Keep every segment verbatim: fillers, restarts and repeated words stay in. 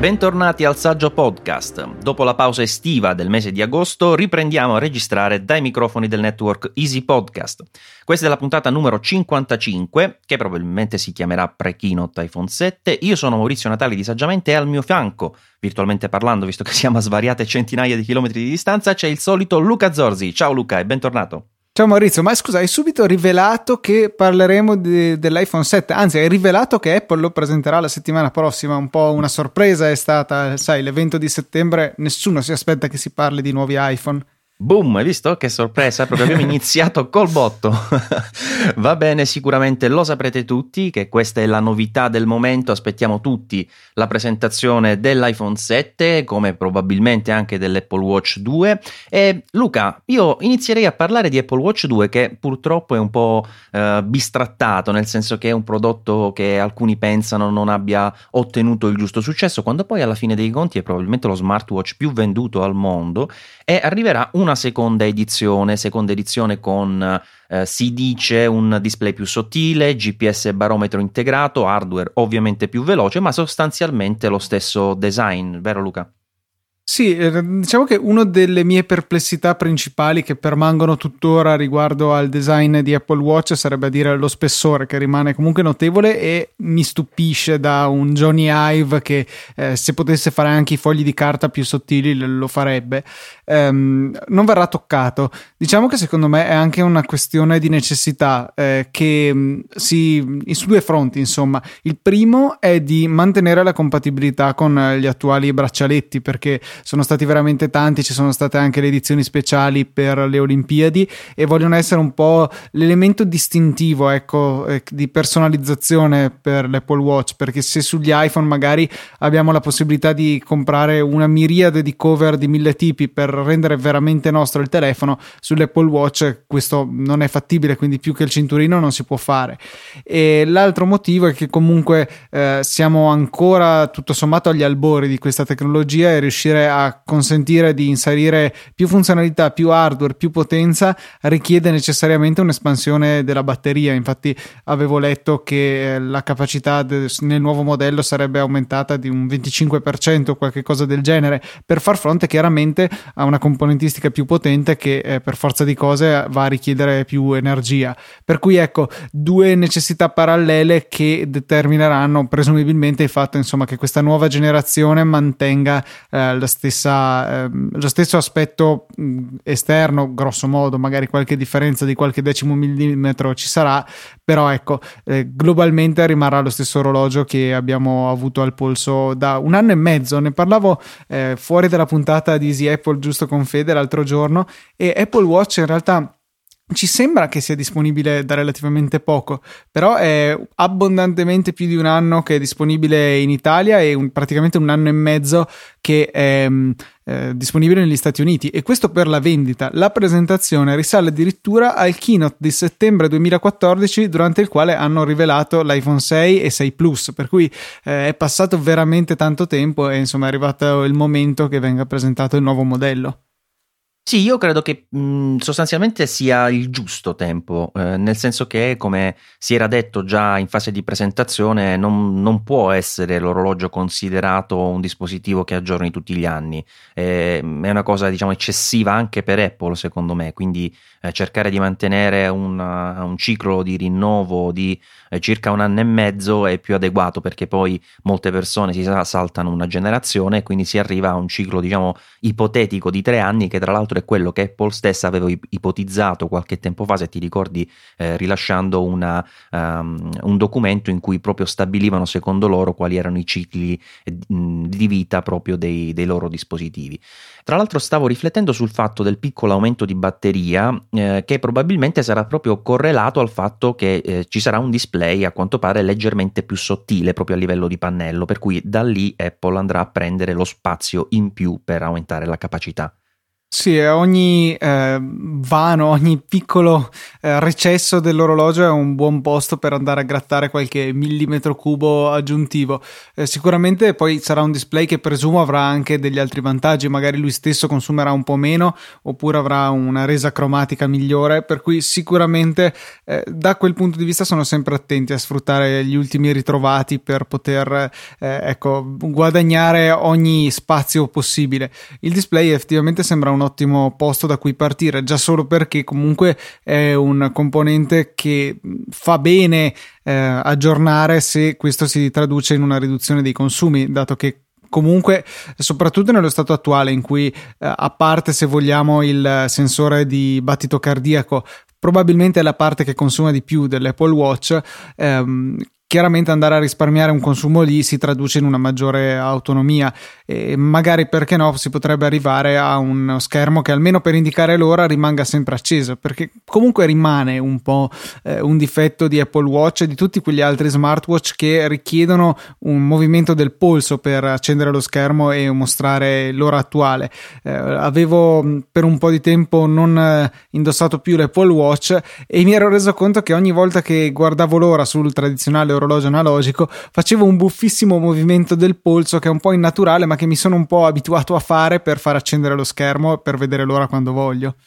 Bentornati al Saggio Podcast. Dopo la pausa estiva del mese di agosto riprendiamo a registrare dai microfoni del network Easy Podcast. Questa è la puntata numero cinquantacinque, che probabilmente si chiamerà pre-keynote iPhone sette. Io sono Maurizio Natali di Saggiamente e al mio fianco, virtualmente parlando, visto che siamo a svariate centinaia di chilometri di distanza, c'è il solito Luca Zorzi. Ciao Luca e bentornato. Ciao Maurizio, ma scusa, hai subito rivelato che parleremo di, dell'iPhone sette, anzi hai rivelato che Apple lo presenterà la settimana prossima, un po' una sorpresa è stata, sai, l'evento di settembre, nessuno si aspetta che si parli di nuovi iPhone. Boom, hai visto? Che sorpresa, proprio abbiamo iniziato col botto. Va bene, sicuramente lo saprete tutti che questa è la novità del momento, aspettiamo tutti la presentazione dell'iPhone sette, come probabilmente anche dell'Apple Watch due. E Luca, io inizierei a parlare di Apple Watch due, che purtroppo è un po' eh, bistrattato, nel senso che è un prodotto che alcuni pensano non abbia ottenuto il giusto successo, quando poi alla fine dei conti è probabilmente lo smartwatch più venduto al mondo, e arriverà un una seconda edizione, seconda edizione con eh, si dice un display più sottile, G P S e barometro integrato, hardware ovviamente più veloce, ma sostanzialmente lo stesso design, vero Luca? Sì, diciamo che una delle mie perplessità principali che permangono tuttora riguardo al design di Apple Watch sarebbe a dire lo spessore, che rimane comunque notevole, e mi stupisce da un Johnny Ive che eh, se potesse fare anche i fogli di carta più sottili lo farebbe. Um, non verrà toccato. Diciamo che secondo me è anche una questione di necessità eh, che si su due fronti, insomma. Il primo è di mantenere la compatibilità con gli attuali braccialetti, perché sono stati veramente tanti, ci sono state anche le edizioni speciali per le Olimpiadi e vogliono essere un po' l'elemento distintivo, ecco, eh, di personalizzazione per l'Apple Watch, perché se sugli iPhone magari abbiamo la possibilità di comprare una miriade di cover di mille tipi per rendere veramente nostro il telefono, sull'Apple Watch questo non è fattibile, quindi più che il cinturino non si può fare. E l'altro motivo è che comunque eh, siamo ancora tutto sommato agli albori di questa tecnologia, e riuscire a consentire di inserire più funzionalità, più hardware, più potenza richiede necessariamente un'espansione della batteria. Infatti avevo letto che la capacità de- nel nuovo modello sarebbe aumentata di un venticinque per cento o qualche cosa del genere, per far fronte chiaramente a una componentistica più potente che eh, per forza di cose va a richiedere più energia. Per cui ecco, due necessità parallele che determineranno presumibilmente il fatto, insomma, che questa nuova generazione mantenga eh, la stessa, eh, lo stesso aspetto mh, esterno, grosso modo, magari qualche differenza di qualche decimo millimetro ci sarà, però ecco, eh, globalmente rimarrà lo stesso orologio che abbiamo avuto al polso da un anno e mezzo. Ne parlavo eh, fuori dalla puntata di Easy Apple giusto con Fede l'altro giorno, e Apple Watch in realtà ci sembra che sia disponibile da relativamente poco, però è abbondantemente più di un anno che è disponibile in Italia e un, praticamente un anno e mezzo che è eh, disponibile negli Stati Uniti, e questo per la vendita. La presentazione risale addirittura al keynote di settembre duemilaquattordici, durante il quale hanno rivelato l'iPhone sei e sei Plus, per cui eh, è passato veramente tanto tempo e insomma è arrivato il momento che venga presentato il nuovo modello. Sì, io credo che mh, sostanzialmente sia il giusto tempo, eh, nel senso che, come si era detto già in fase di presentazione, non, non può essere l'orologio considerato un dispositivo che aggiorni tutti gli anni. Eh, è una cosa, diciamo, eccessiva anche per Apple, secondo me, quindi eh, cercare di mantenere una, un ciclo di rinnovo di eh, circa un anno e mezzo è più adeguato, perché poi molte persone si saltano una generazione e quindi si arriva a un ciclo, diciamo, ipotetico di tre anni, che tra l'altro è quello che Apple stessa aveva ipotizzato qualche tempo fa, se ti ricordi, eh, rilasciando una, um, un documento in cui proprio stabilivano secondo loro quali erano i cicli eh, di vita proprio dei, dei loro dispositivi. Tra l'altro stavo riflettendo sul fatto del piccolo aumento di batteria, eh, che probabilmente sarà proprio correlato al fatto che eh, ci sarà un display a quanto pare leggermente più sottile proprio a livello di pannello, per cui da lì Apple andrà a prendere lo spazio in più per aumentare la capacità. Sì, ogni eh, vano, ogni piccolo eh, recesso dell'orologio è un buon posto per andare a grattare qualche millimetro cubo aggiuntivo. Eh, sicuramente poi sarà un display che presumo avrà anche degli altri vantaggi, magari lui stesso consumerà un po' meno oppure avrà una resa cromatica migliore, per cui sicuramente eh, da quel punto di vista sono sempre attenti a sfruttare gli ultimi ritrovati per poter eh, ecco, guadagnare ogni spazio possibile. Il display effettivamente sembra un ottimo posto da cui partire, già solo perché comunque è un componente che fa bene eh, aggiornare se questo si traduce in una riduzione dei consumi, dato che comunque, soprattutto nello stato attuale in cui eh, a parte, se vogliamo, il sensore di battito cardiaco probabilmente è la parte che consuma di più dell'Apple Watch, ehm, chiaramente andare a risparmiare un consumo lì si traduce in una maggiore autonomia e magari, perché no, si potrebbe arrivare a uno schermo che almeno per indicare l'ora rimanga sempre acceso, perché comunque rimane un po' eh, un difetto di Apple Watch e di tutti quegli altri smartwatch che richiedono un movimento del polso per accendere lo schermo e mostrare l'ora attuale. Eh, avevo per un po' di tempo non eh, indossato più l'Apple Watch e mi ero reso conto che ogni volta che guardavo l'ora sul tradizionale orologio analogico facevo un buffissimo movimento del polso che è un po' innaturale, ma che mi sono un po' abituato a fare per far accendere lo schermo per vedere l'ora quando voglio.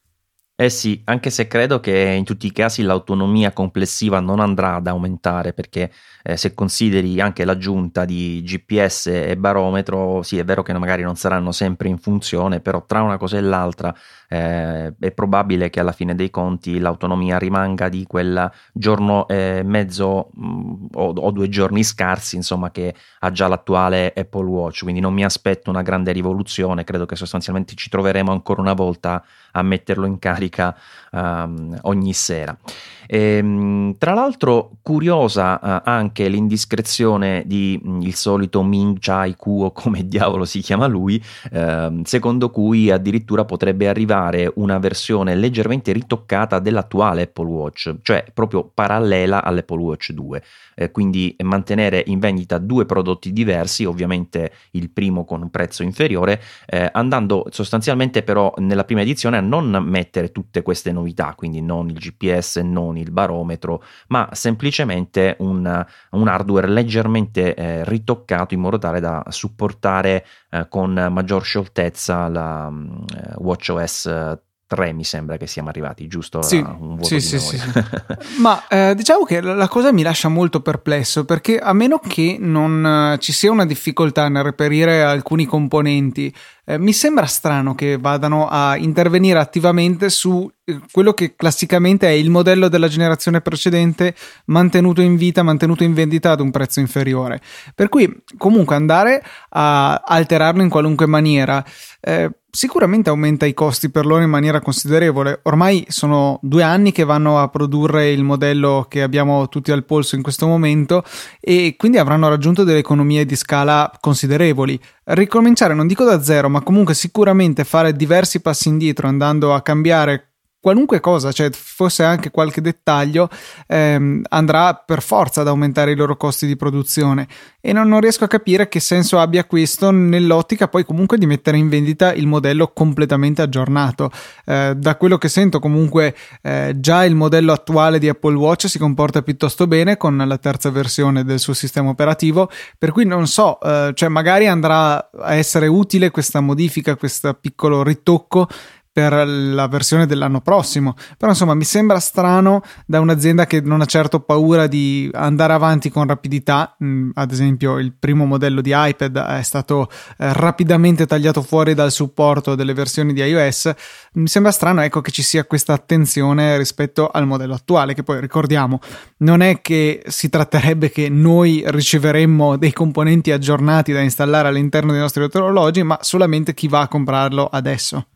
Eh sì, anche se credo che in tutti i casi l'autonomia complessiva non andrà ad aumentare, perché eh, se consideri anche l'aggiunta di G P S e barometro, sì, è vero che magari non saranno sempre in funzione, però tra una cosa e l'altra eh, è probabile che alla fine dei conti l'autonomia rimanga di quel giorno e mezzo mh, o, o due giorni scarsi, insomma, che ha già l'attuale Apple Watch, quindi non mi aspetto una grande rivoluzione, credo che sostanzialmente ci troveremo ancora una volta a metterlo in carica um, ogni sera. E, tra l'altro curiosa uh, anche l'indiscrezione di mh, il solito Ming Chai Kuo, come diavolo si chiama lui, uh, secondo cui addirittura potrebbe arrivare una versione leggermente ritoccata dell'attuale Apple Watch, cioè proprio parallela all'Apple Watch due, eh, quindi mantenere in vendita due prodotti diversi, ovviamente il primo con un prezzo inferiore, eh, andando sostanzialmente però nella prima edizione a non mettere tutte queste novità, quindi non il G P S, non il barometro, ma semplicemente un, un hardware leggermente eh, ritoccato in modo tale da supportare eh, con maggior scioltezza la eh, WatchOS tre, mi sembra che siamo arrivati, giusto? Sì, un vuoto sì, di sì, sì, sì. Ma eh, diciamo che la cosa mi lascia molto perplesso, perché a meno che non eh, ci sia una difficoltà nel reperire alcuni componenti, eh, mi sembra strano che vadano a intervenire attivamente su eh, quello che classicamente è il modello della generazione precedente mantenuto in vita, mantenuto in vendita ad un prezzo inferiore. Per cui comunque andare a alterarlo in qualunque maniera eh, sicuramente aumenta i costi per loro in maniera considerevole. Ormai sono due anni che vanno a produrre il modello che abbiamo tutti al polso in questo momento e quindi avranno raggiunto delle economie di scala considerevoli. Ricominciare, non dico da zero, ma comunque sicuramente fare diversi passi indietro andando a cambiare qualunque cosa, cioè fosse anche qualche dettaglio, ehm, andrà per forza ad aumentare i loro costi di produzione e non, non riesco a capire che senso abbia questo nell'ottica poi comunque di mettere in vendita il modello completamente aggiornato. Eh, da quello che sento comunque eh, già il modello attuale di Apple Watch si comporta piuttosto bene con la terza versione del suo sistema operativo, per cui non so, eh, cioè magari andrà a essere utile questa modifica, questo piccolo ritocco per la versione dell'anno prossimo, però insomma mi sembra strano da un'azienda che non ha certo paura di andare avanti con rapidità. Mm, ad esempio il primo modello di iPad è stato eh, rapidamente tagliato fuori dal supporto delle versioni di iOS. Mi sembra strano, ecco, che ci sia questa attenzione rispetto al modello attuale, che poi ricordiamo non è che si tratterebbe che noi riceveremmo dei componenti aggiornati da installare all'interno dei nostri orologi, ma solamente chi va a comprarlo adesso.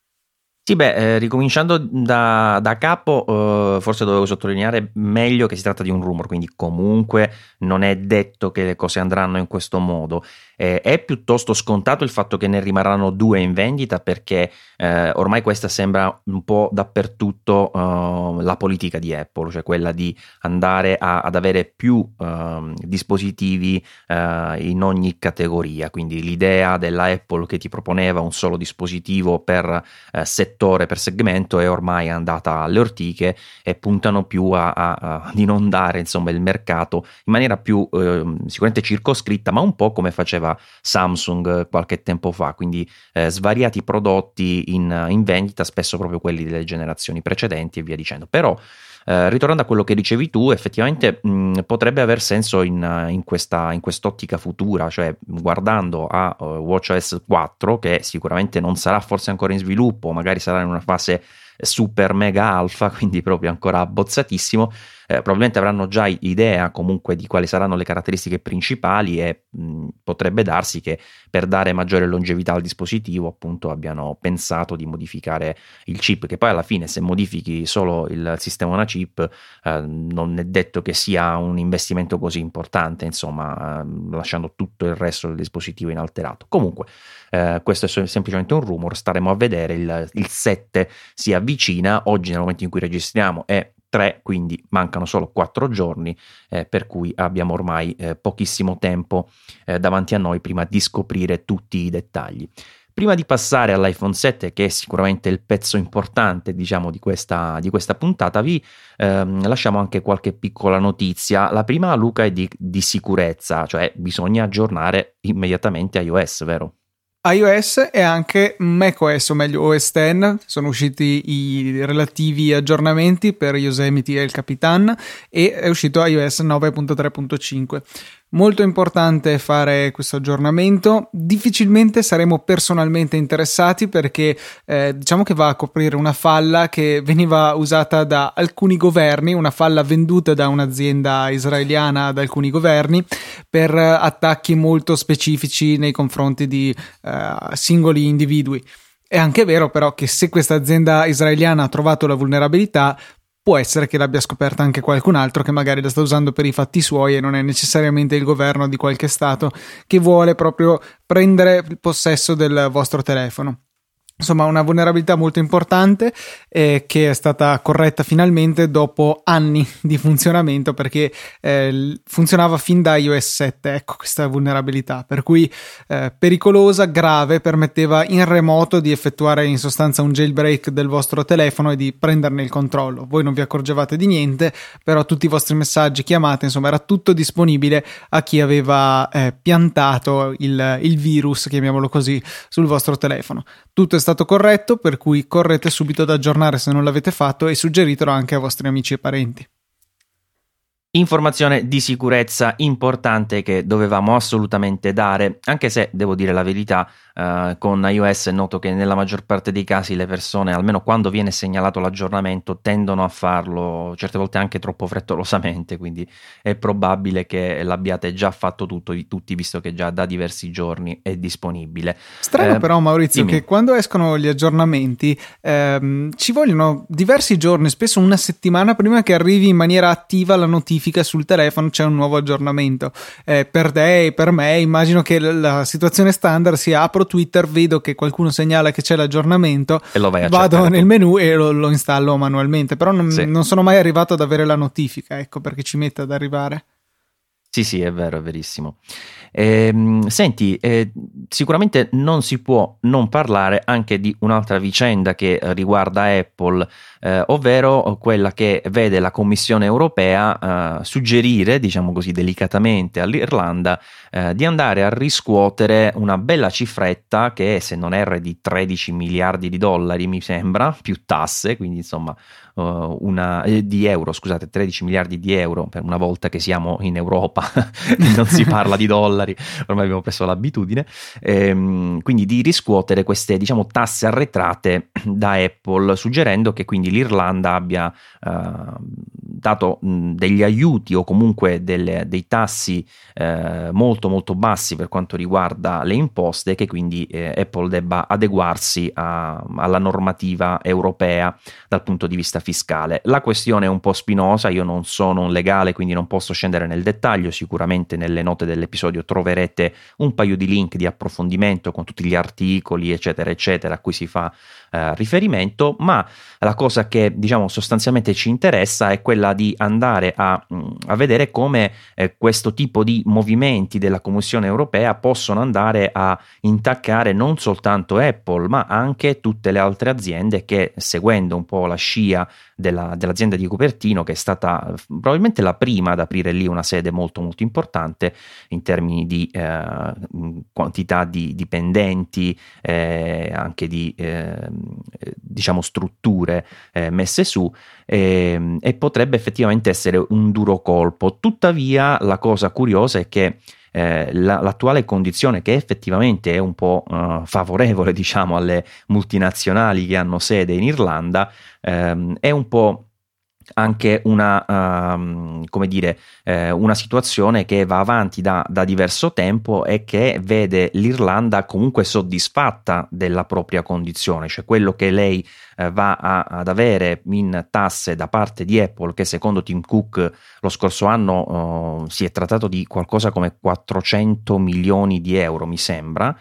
Sì, beh, eh, ricominciando da, da capo, eh, forse dovevo sottolineare meglio che si tratta di un rumor, quindi comunque non è detto che le cose andranno in questo modo. Eh, è piuttosto scontato il fatto che ne rimarranno due in vendita, perché eh, ormai questa sembra un po' dappertutto uh, la politica di Apple, cioè quella di andare a, ad avere più uh, dispositivi uh, in ogni categoria. Quindi l'idea della Apple che ti proponeva un solo dispositivo per uh, settore, per segmento, è ormai andata alle ortiche, e puntano più a, a, a inondare insomma il mercato in maniera più uh, sicuramente circoscritta, ma un po' come faceva Samsung qualche tempo fa, quindi eh, svariati prodotti in, in vendita, spesso proprio quelli delle generazioni precedenti e via dicendo. Però eh, ritornando a quello che dicevi tu, effettivamente mh, potrebbe aver senso in, in, questa, in quest'ottica futura, cioè guardando a uh, WatchOS quattro, che sicuramente non sarà forse ancora in sviluppo, magari sarà in una fase super mega alfa, quindi proprio ancora abbozzatissimo. Eh, probabilmente avranno già idea comunque di quali saranno le caratteristiche principali, e mh, potrebbe darsi che per dare maggiore longevità al dispositivo appunto abbiano pensato di modificare il chip, che poi alla fine se modifichi solo il sistema una chip eh, non è detto che sia un investimento così importante, insomma, eh, lasciando tutto il resto del dispositivo inalterato. Comunque eh, questo è semplicemente un rumor, staremo a vedere. Il, il sette si avvicina, oggi nel momento in cui registriamo è tre, quindi mancano solo quattro giorni, eh, per cui abbiamo ormai eh, pochissimo tempo eh, davanti a noi prima di scoprire tutti i dettagli. Prima di passare all'iPhone sette, che è sicuramente il pezzo importante, diciamo, di questa, di questa puntata, vi ehm, lasciamo anche qualche piccola notizia. La prima, Luca, è di, di sicurezza, cioè bisogna aggiornare immediatamente iOS, vero? iOS e anche macOS, o meglio O S dieci, sono usciti i relativi aggiornamenti per Yosemite e il Capitan, e è uscito iOS nove punto tre punto cinque. Molto importante fare questo aggiornamento. Difficilmente saremo personalmente interessati, perché eh, diciamo che va a coprire una falla che veniva usata da alcuni governi, una falla venduta da un'azienda israeliana ad alcuni governi per attacchi molto specifici nei confronti di eh, singoli individui. È anche vero però che se questa azienda israeliana ha trovato la vulnerabilità, può essere che l'abbia scoperta anche qualcun altro che magari la sta usando per i fatti suoi, e non è necessariamente il governo di qualche stato che vuole proprio prendere possesso del vostro telefono. Insomma, una vulnerabilità molto importante eh, che è stata corretta finalmente dopo anni di funzionamento, perché eh, funzionava fin da iOS sette, ecco, questa vulnerabilità, per cui eh, pericolosa, grave, permetteva in remoto di effettuare in sostanza un jailbreak del vostro telefono e di prenderne il controllo. Voi non vi accorgevate di niente, però tutti i vostri messaggi, chiamate, insomma era tutto disponibile a chi aveva eh, piantato il, il virus, chiamiamolo così, sul vostro telefono. Tutto è stato corretto, per cui correte subito ad aggiornare se non l'avete fatto, e suggeritelo anche ai vostri amici e parenti. Informazione di sicurezza importante che dovevamo assolutamente dare, anche se devo dire la verità, eh, con iOS è noto che nella maggior parte dei casi le persone, almeno quando viene segnalato l'aggiornamento, tendono a farlo certe volte anche troppo frettolosamente, quindi è probabile che l'abbiate già fatto tutto, tutti, visto che già da diversi giorni è disponibile. Strano eh, però, Maurizio, dimmi. che quando escono gli aggiornamenti ehm, ci vogliono diversi giorni, spesso una settimana prima che arrivi in maniera attiva la notifica sul telefono c'è un nuovo aggiornamento. Eh, per te e per me immagino che la situazione standard sia: apro Twitter, vedo che qualcuno segnala che c'è l'aggiornamento e lo vai a vado nel tu. menu e lo, lo installo manualmente, però non, sì. non sono mai arrivato ad avere la notifica, ecco perché ci mette ad arrivare. Sì, sì, è vero, è verissimo. Eh, senti, eh, sicuramente non si può non parlare anche di un'altra vicenda che riguarda Apple, eh, ovvero quella che vede la Commissione europea eh, suggerire, diciamo così delicatamente, all'Irlanda eh, di andare a riscuotere una bella cifretta che, se non erro, è di tredici miliardi di dollari, mi sembra, più tasse, quindi insomma uh, una eh, di euro, scusate, tredici miliardi di euro, per una volta che siamo in Europa non si parla di dollari, ormai abbiamo preso l'abitudine, ehm, quindi di riscuotere queste, diciamo, tasse arretrate da Apple, suggerendo che quindi l'Irlanda abbia uh, dato mh, degli aiuti o comunque delle, dei tassi eh, molto molto bassi per quanto riguarda le imposte, che quindi eh, Apple debba adeguarsi a, alla normativa europea dal punto di vista fiscale. La questione è un po' spinosa, io non sono un legale quindi non posso scendere nel dettaglio, sicuramente nelle note dell'episodio troverete un paio di link di approfondimento con tutti gli articoli eccetera eccetera a cui si fa eh, riferimento, ma la cosa che diciamo sostanzialmente ci interessa è quella di andare a, a vedere come eh, questo tipo di movimenti della Commissione europea possono andare a intaccare non soltanto Apple ma anche tutte le altre aziende che, seguendo un po' la scia della, dell'azienda di Cupertino, che è stata probabilmente la prima ad aprire lì una sede molto molto importante in termini di eh, quantità di dipendenti, eh, anche di eh, diciamo strutture eh, messe su, eh, e potrebbe effettivamente essere un duro colpo. Tuttavia la cosa curiosa è che Eh, la, l'attuale condizione, che effettivamente è un po' uh, favorevole diciamo alle multinazionali che hanno sede in Irlanda, ehm, è un po' anche una, um, come dire, eh, una situazione che va avanti da, da diverso tempo e che vede l'Irlanda comunque soddisfatta della propria condizione, cioè quello che lei eh, va a, ad avere in tasse da parte di Apple, che secondo Tim Cook lo scorso anno uh, si è trattato di qualcosa come quattrocento milioni di euro, mi sembra.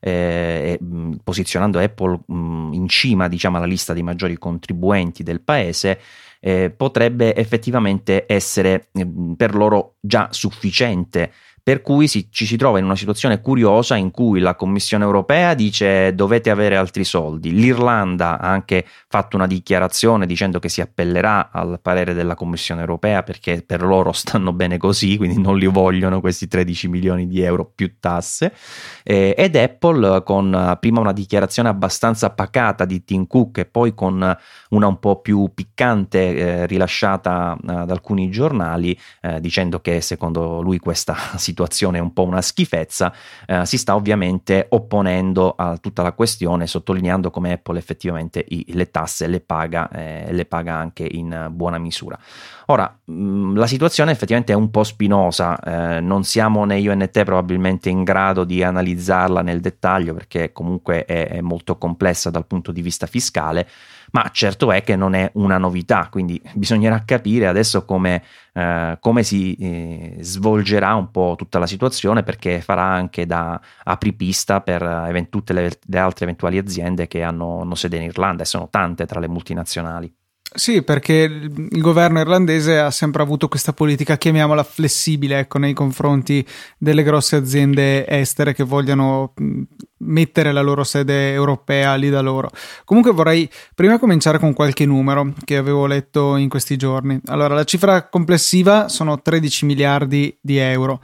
Eh, posizionando Apple mh, in cima diciamo alla lista dei maggiori contribuenti del paese, eh, potrebbe effettivamente essere eh, per loro già sufficiente, per cui si, ci si trova in una situazione curiosa in cui la Commissione europea dice dovete avere altri soldi, l'Irlanda ha anche fatto una dichiarazione dicendo che si appellerà al parere della Commissione europea perché per loro stanno bene così, quindi non li vogliono questi tredici milioni di euro più tasse, eh, ed Apple con prima una dichiarazione abbastanza pacata di Tim Cook e poi con una un po' più piccante eh, rilasciata eh, da alcuni giornali eh, dicendo che secondo lui questa situazione situazione è un po' una schifezza, eh, si sta ovviamente opponendo a tutta la questione, sottolineando come Apple effettivamente i, le tasse le paga e eh, le paga anche in buona misura. Ora, mh, la situazione effettivamente è un po' spinosa, eh, non siamo né io né te probabilmente in grado di analizzarla nel dettaglio perché comunque è, è molto complessa dal punto di vista fiscale, ma certo è che non è una novità, quindi bisognerà capire adesso come, eh, come si eh, svolgerà un po' tutta la situazione, perché farà anche da apripista per event- tutte le, le altre eventuali aziende che hanno, hanno sede in Irlanda, e sono tante tra le multinazionali. Sì, perché il governo irlandese ha sempre avuto questa politica, chiamiamola flessibile, ecco, nei confronti delle grosse aziende estere che vogliono mettere la loro sede europea lì da loro. Comunque vorrei prima cominciare con qualche numero che avevo letto in questi giorni. Allora, la cifra complessiva sono tredici miliardi di euro.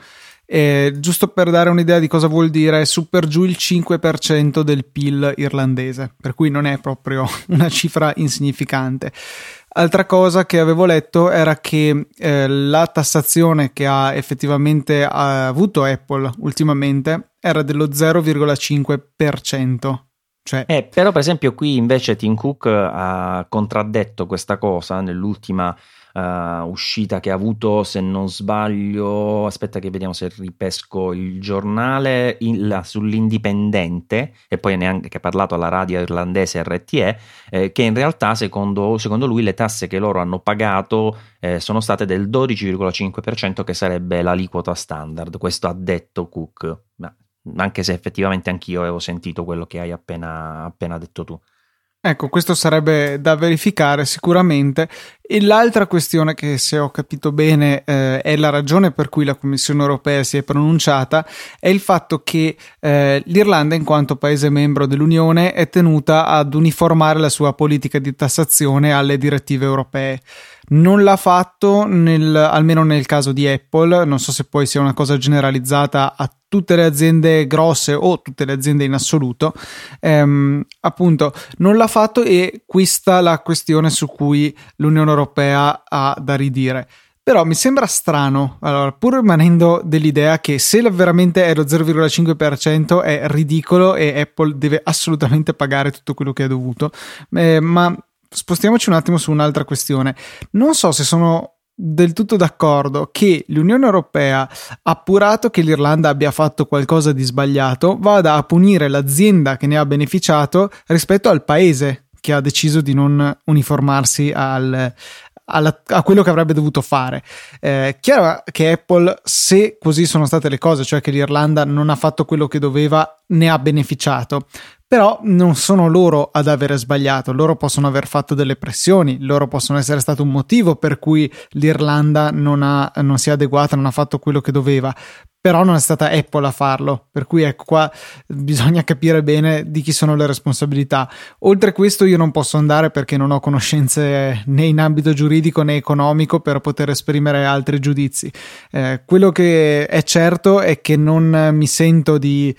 E giusto per dare un'idea di cosa vuol dire, è su per giù il cinque per cento del P I L irlandese, per cui non è proprio una cifra insignificante. Altra cosa che avevo letto era che eh, la tassazione che ha effettivamente ha avuto Apple ultimamente era dello zero virgola cinque per cento. Cioè... Eh, però per esempio qui invece Tim Cook ha contraddetto questa cosa nell'ultima Uh, uscita che ha avuto, se non sbaglio, aspetta che vediamo se ripesco il giornale, in, la, sull'Indipendente, e poi neanche che ha parlato alla radio irlandese R T E, eh, che in realtà secondo, secondo lui le tasse che loro hanno pagato eh, sono state del dodici virgola cinque per cento, che sarebbe l'aliquota standard. Questo ha detto Cook, ma anche se effettivamente anch'io avevo sentito quello che hai appena, appena detto tu. Ecco, questo sarebbe da verificare sicuramente. E l'altra questione che, se ho capito bene, eh, è la ragione per cui la Commissione europea si è pronunciata, è il fatto che eh, l'Irlanda, in quanto paese membro dell'Unione, è tenuta ad uniformare la sua politica di tassazione alle direttive europee. Non l'ha fatto nel, almeno nel caso di Apple, non so se poi sia una cosa generalizzata a tutte le aziende grosse o tutte le aziende in assoluto, ehm, appunto non l'ha fatto, e questa è la questione su cui l'Unione Europea ha da ridire. Però mi sembra strano, allora, pur rimanendo dell'idea che se veramente è lo zero virgola cinque per cento è ridicolo e Apple deve assolutamente pagare tutto quello che ha dovuto, eh, ma spostiamoci un attimo su un'altra questione. Non so se sono del tutto d'accordo che l'Unione Europea, appurato che l'Irlanda abbia fatto qualcosa di sbagliato, vada a punire l'azienda che ne ha beneficiato rispetto al paese che ha deciso di non uniformarsi al, alla, a quello che avrebbe dovuto fare. Eh, chiaro che Apple, se così sono state le cose, cioè che l'Irlanda non ha fatto quello che doveva, ne ha beneficiato. Però non sono loro ad avere sbagliato, loro possono aver fatto delle pressioni, loro possono essere stato un motivo per cui l'Irlanda non, ha, non si è adeguata, non ha fatto quello che doveva, però non è stata Apple a farlo, per cui ecco qua bisogna capire bene di chi sono le responsabilità. Oltre a questo io non posso andare perché non ho conoscenze né in ambito giuridico né economico per poter esprimere altri giudizi. Eh, quello che è certo è che non mi sento di...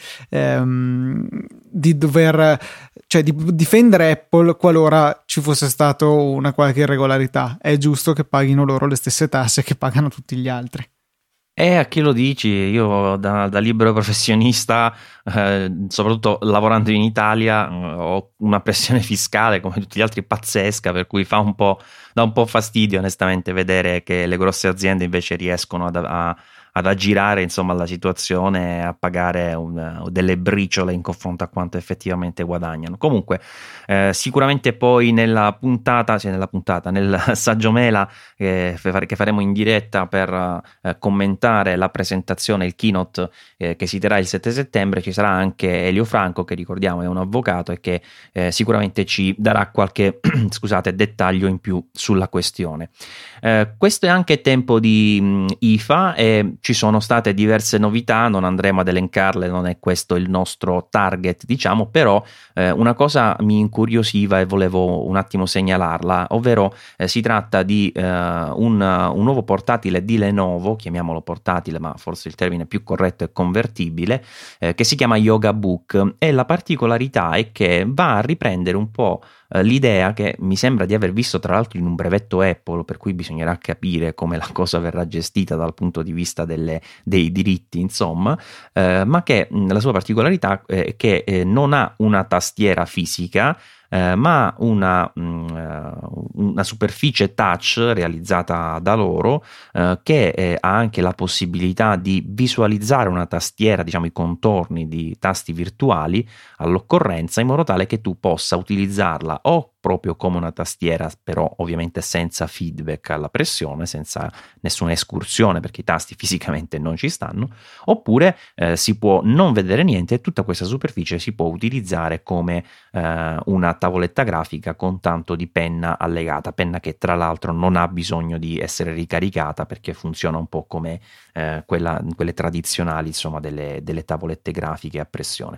Ehm, di dover, cioè di difendere Apple qualora ci fosse stato una qualche irregolarità. È giusto che paghino loro le stesse tasse che pagano tutti gli altri. E a chi lo dici? Io da, da libero professionista, eh, soprattutto lavorando in Italia, eh, ho una pressione fiscale come tutti gli altri pazzesca, per cui fa un po', dà un po' fastidio onestamente vedere che le grosse aziende invece riescono ad, a, ad aggirare insomma la situazione e a pagare un, delle briciole in confronto a quanto effettivamente guadagnano. Comunque eh, sicuramente poi nella puntata, cioè nella puntata, nel saggio mela eh, che faremo in diretta per eh, commentare la presentazione, il keynote eh, che si terrà il sette settembre, ci sarà anche Elio Franco, che ricordiamo è un avvocato e che eh, sicuramente ci darà qualche scusate dettaglio in più sulla questione. Eh, questo è anche tempo di mh, I F A e ci sono state diverse novità, non andremo ad elencarle, non è questo il nostro target, diciamo, però eh, una cosa mi incuriosiva e volevo un attimo segnalarla, ovvero eh, si tratta di eh, un, un nuovo portatile di Lenovo, chiamiamolo portatile, ma forse il termine più corretto è convertibile, eh, che si chiama Yoga Book, e la particolarità è che va a riprendere un po' l'idea che mi sembra di aver visto tra l'altro in un brevetto Apple, per cui bisognerà capire come la cosa verrà gestita dal punto di vista delle, dei diritti, insomma, eh, ma che mh, la sua particolarità è che eh, non ha una tastiera fisica, eh, ma una, mh, una superficie touch realizzata da loro eh, che eh, ha anche la possibilità di visualizzare una tastiera, diciamo i contorni di tasti virtuali all'occorrenza, in modo tale che tu possa utilizzarla o proprio come una tastiera, però ovviamente senza feedback alla pressione, senza nessuna escursione perché i tasti fisicamente non ci stanno, oppure eh, si può non vedere niente e tutta questa superficie si può utilizzare come eh, una tavoletta grafica con tanto di penna allegata, penna che tra l'altro non ha bisogno di essere ricaricata perché funziona un po' come eh, quella, quelle tradizionali, insomma, delle, delle tavolette grafiche a pressione.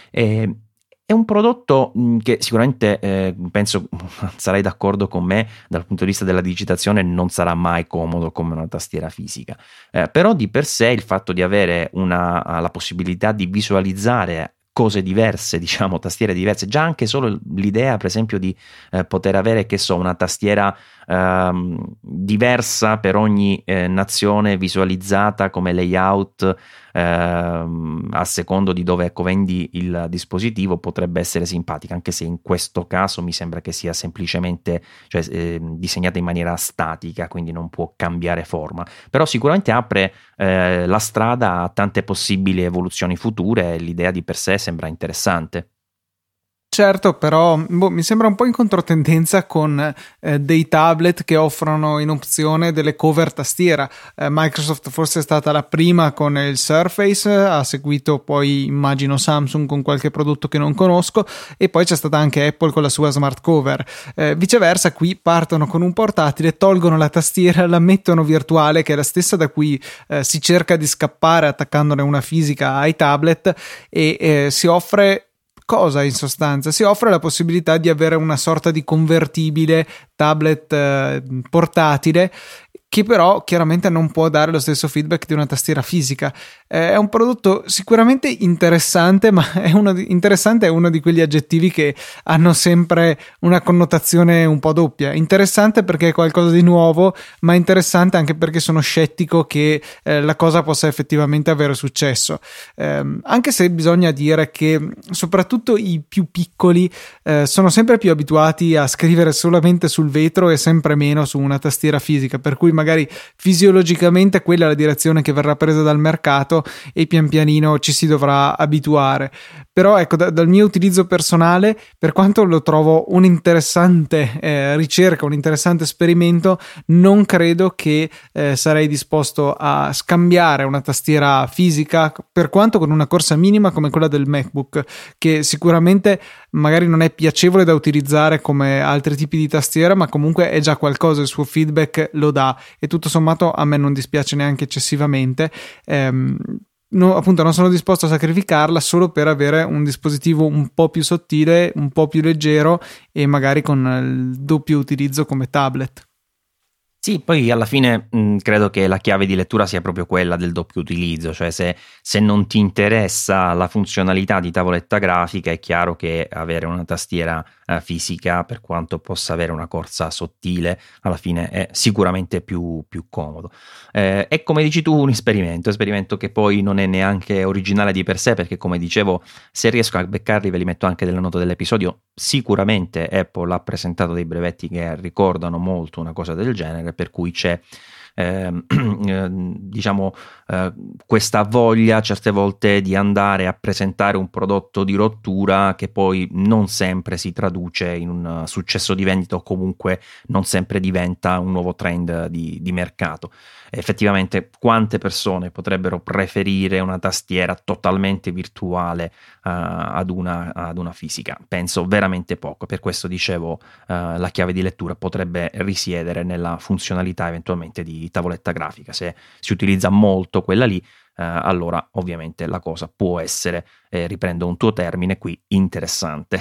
E, È un prodotto che sicuramente eh, penso sarai d'accordo con me dal punto di vista della digitazione non sarà mai comodo come una tastiera fisica, eh, però di per sé il fatto di avere una, la possibilità di visualizzare cose diverse, diciamo tastiere diverse, già anche solo l'idea per esempio di eh, poter avere, che so, una tastiera ehm, diversa per ogni eh, nazione, visualizzata come layout ehm, a secondo di dove ecco vendi il dispositivo, potrebbe essere simpatica, anche se in questo caso mi sembra che sia semplicemente, cioè, eh, disegnata in maniera statica, quindi non può cambiare forma, però sicuramente apre eh, la strada a tante possibili evoluzioni future e l'idea di per sé sembra interessante. Certo, però boh, mi sembra un po' in controtendenza con eh, dei tablet che offrono in opzione delle cover tastiera. Eh, Microsoft forse è stata la prima con il Surface, ha seguito poi immagino Samsung con qualche prodotto che non conosco e poi c'è stata anche Apple con la sua smart cover. Eh, viceversa qui partono con un portatile, tolgono la tastiera, la mettono virtuale, che è la stessa da cui eh, si cerca di scappare attaccandone una fisica ai tablet, e eh, si offre cosa in sostanza? Si offre la possibilità di avere una sorta di convertibile tablet eh, portatile che però chiaramente non può dare lo stesso feedback di una tastiera fisica. Eh, è un prodotto sicuramente interessante, ma è uno di, interessante è uno di quegli aggettivi che hanno sempre una connotazione un po' doppia. Interessante perché è qualcosa di nuovo, ma interessante anche perché sono scettico che eh, la cosa possa effettivamente avere successo. Eh, anche se bisogna dire che soprattutto i più piccoli eh, sono sempre più abituati a scrivere solamente sul vetro e sempre meno su una tastiera fisica, per cui magari fisiologicamente quella è la direzione che verrà presa dal mercato e pian pianino ci si dovrà abituare. Però ecco, da, dal mio utilizzo personale, per quanto lo trovo un'interessante eh, ricerca, un interessante esperimento, non credo che eh, sarei disposto a scambiare una tastiera fisica, per quanto con una corsa minima come quella del MacBook, che sicuramente magari non è piacevole da utilizzare come altri tipi di tastiera, ma comunque è già qualcosa, il suo feedback lo dà e tutto sommato a me non dispiace neanche eccessivamente. Ehm, no, appunto non sono disposto a sacrificarla solo per avere un dispositivo un po' più sottile, un po' più leggero e magari con il doppio utilizzo come tablet. Sì, poi alla fine mh, credo che la chiave di lettura sia proprio quella del doppio utilizzo, cioè se, se non ti interessa la funzionalità di tavoletta grafica è chiaro che avere una tastiera eh, fisica, per quanto possa avere una corsa sottile, alla fine è sicuramente più, più comodo. Eh, è come dici tu un esperimento, esperimento che poi non è neanche originale di per sé, perché come dicevo, se riesco a beccarli ve li metto anche nelle note dell'episodio, sicuramente Apple ha presentato dei brevetti che ricordano molto una cosa del genere, per cui c'è eh, diciamo eh, questa voglia certe volte di andare a presentare un prodotto di rottura che poi non sempre si traduce in un successo di vendita o comunque non sempre diventa un nuovo trend di, di mercato. Effettivamente quante persone potrebbero preferire una tastiera totalmente virtuale uh, ad, una, ad una fisica? Penso veramente poco, per questo dicevo uh, la chiave di lettura potrebbe risiedere nella funzionalità eventualmente di tavoletta grafica. Se si utilizza molto quella lì, Uh, allora ovviamente la cosa può essere, eh, riprendo un tuo termine qui, interessante.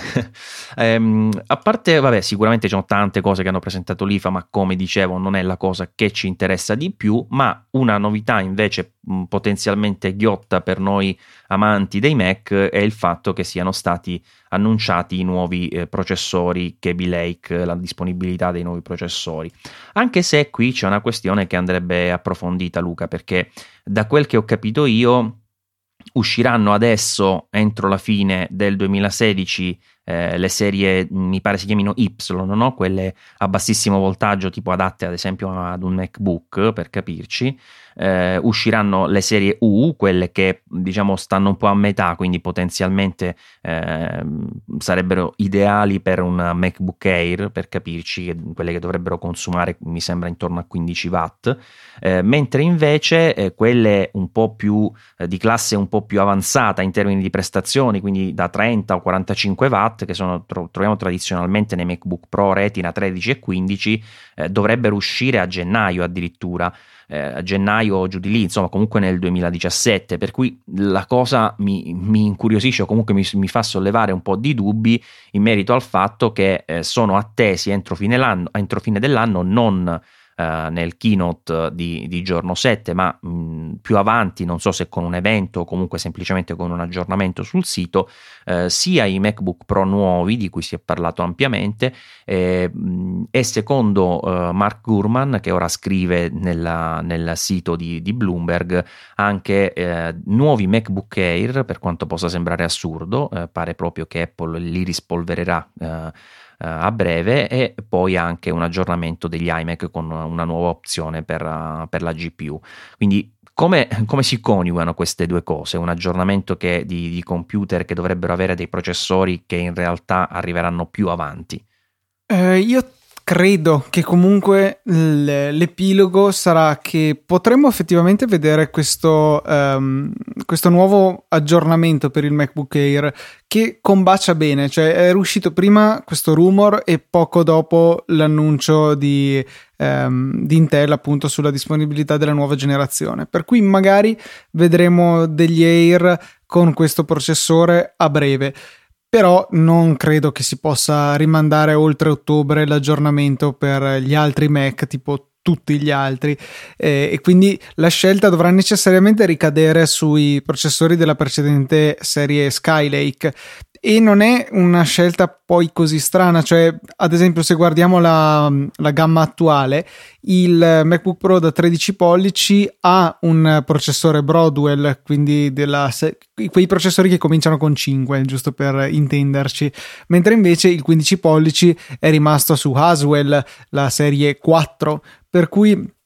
um, a parte, vabbè, sicuramente ci sono tante cose che hanno presentato l'I F A, ma come dicevo non è la cosa che ci interessa di più, ma una novità invece mh, potenzialmente ghiotta per noi amanti dei Mac è il fatto che siano stati annunciati i nuovi eh, processori Kaby Lake, la disponibilità dei nuovi processori, anche se qui c'è una questione che andrebbe approfondita, Luca, perché da quel che ho capito io usciranno adesso entro la fine del duemilasedici eh, le serie, mi pare si chiamino Y, no? Quelle a bassissimo voltaggio, tipo adatte ad esempio ad un MacBook, per capirci. Eh, usciranno le serie U, quelle che diciamo stanno un po' a metà, quindi potenzialmente eh, sarebbero ideali per un MacBook Air, per capirci, quelle che dovrebbero consumare mi sembra intorno a quindici watt, eh, mentre invece eh, quelle un po' più eh, di classe un po' più avanzata in termini di prestazioni, quindi da trenta o quarantacinque watt, che sono tro- troviamo tradizionalmente nei MacBook Pro Retina tredici e quindici, eh, dovrebbero uscire a gennaio addirittura. Eh, a gennaio o giù di lì, insomma comunque nel duemiladiciassette, per cui la cosa mi, mi incuriosisce o comunque mi, mi fa sollevare un po' di dubbi in merito al fatto che eh, sono attesi entro fine, l'anno, entro fine dell'anno, non Uh, nel keynote di, di giorno sette, ma mh, più avanti, non so se con un evento o comunque semplicemente con un aggiornamento sul sito, uh, sia i MacBook Pro nuovi, di cui si è parlato ampiamente, eh, mh, e secondo uh, Mark Gurman, che ora scrive nella, nel sito di, di Bloomberg, anche eh, nuovi MacBook Air, per quanto possa sembrare assurdo, eh, pare proprio che Apple li rispolvererà eh, a breve, e poi anche un aggiornamento degli iMac con una nuova opzione per, uh, per la G P U. Quindi come, come si coniugano queste due cose? Un aggiornamento che, di, di computer che dovrebbero avere dei processori che in realtà arriveranno più avanti? Eh, io credo che comunque l'epilogo sarà che potremmo effettivamente vedere questo, um, questo nuovo aggiornamento per il MacBook Air che combacia bene, cioè è uscito prima questo rumor e poco dopo l'annuncio di, um, di Intel appunto sulla disponibilità della nuova generazione, per cui magari vedremo degli Air con questo processore a breve. Però non credo che si possa rimandare oltre ottobre l'aggiornamento per gli altri Mac, tipo tutti gli altri, eh, e quindi la scelta dovrà necessariamente ricadere sui processori della precedente serie Skylake. E non è una scelta poi così strana, cioè ad esempio se guardiamo la, la gamma attuale, il MacBook Pro da tredici pollici ha un processore Broadwell, quindi della, quei processori che cominciano con cinque, giusto per intenderci, mentre invece il quindici pollici è rimasto su Haswell, la serie quattro, per cui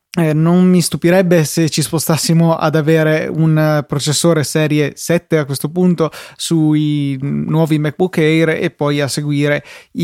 Eh, non mi stupirebbe se ci spostassimo ad avere un processore serie sette a questo punto sui nuovi MacBook Air e poi a seguire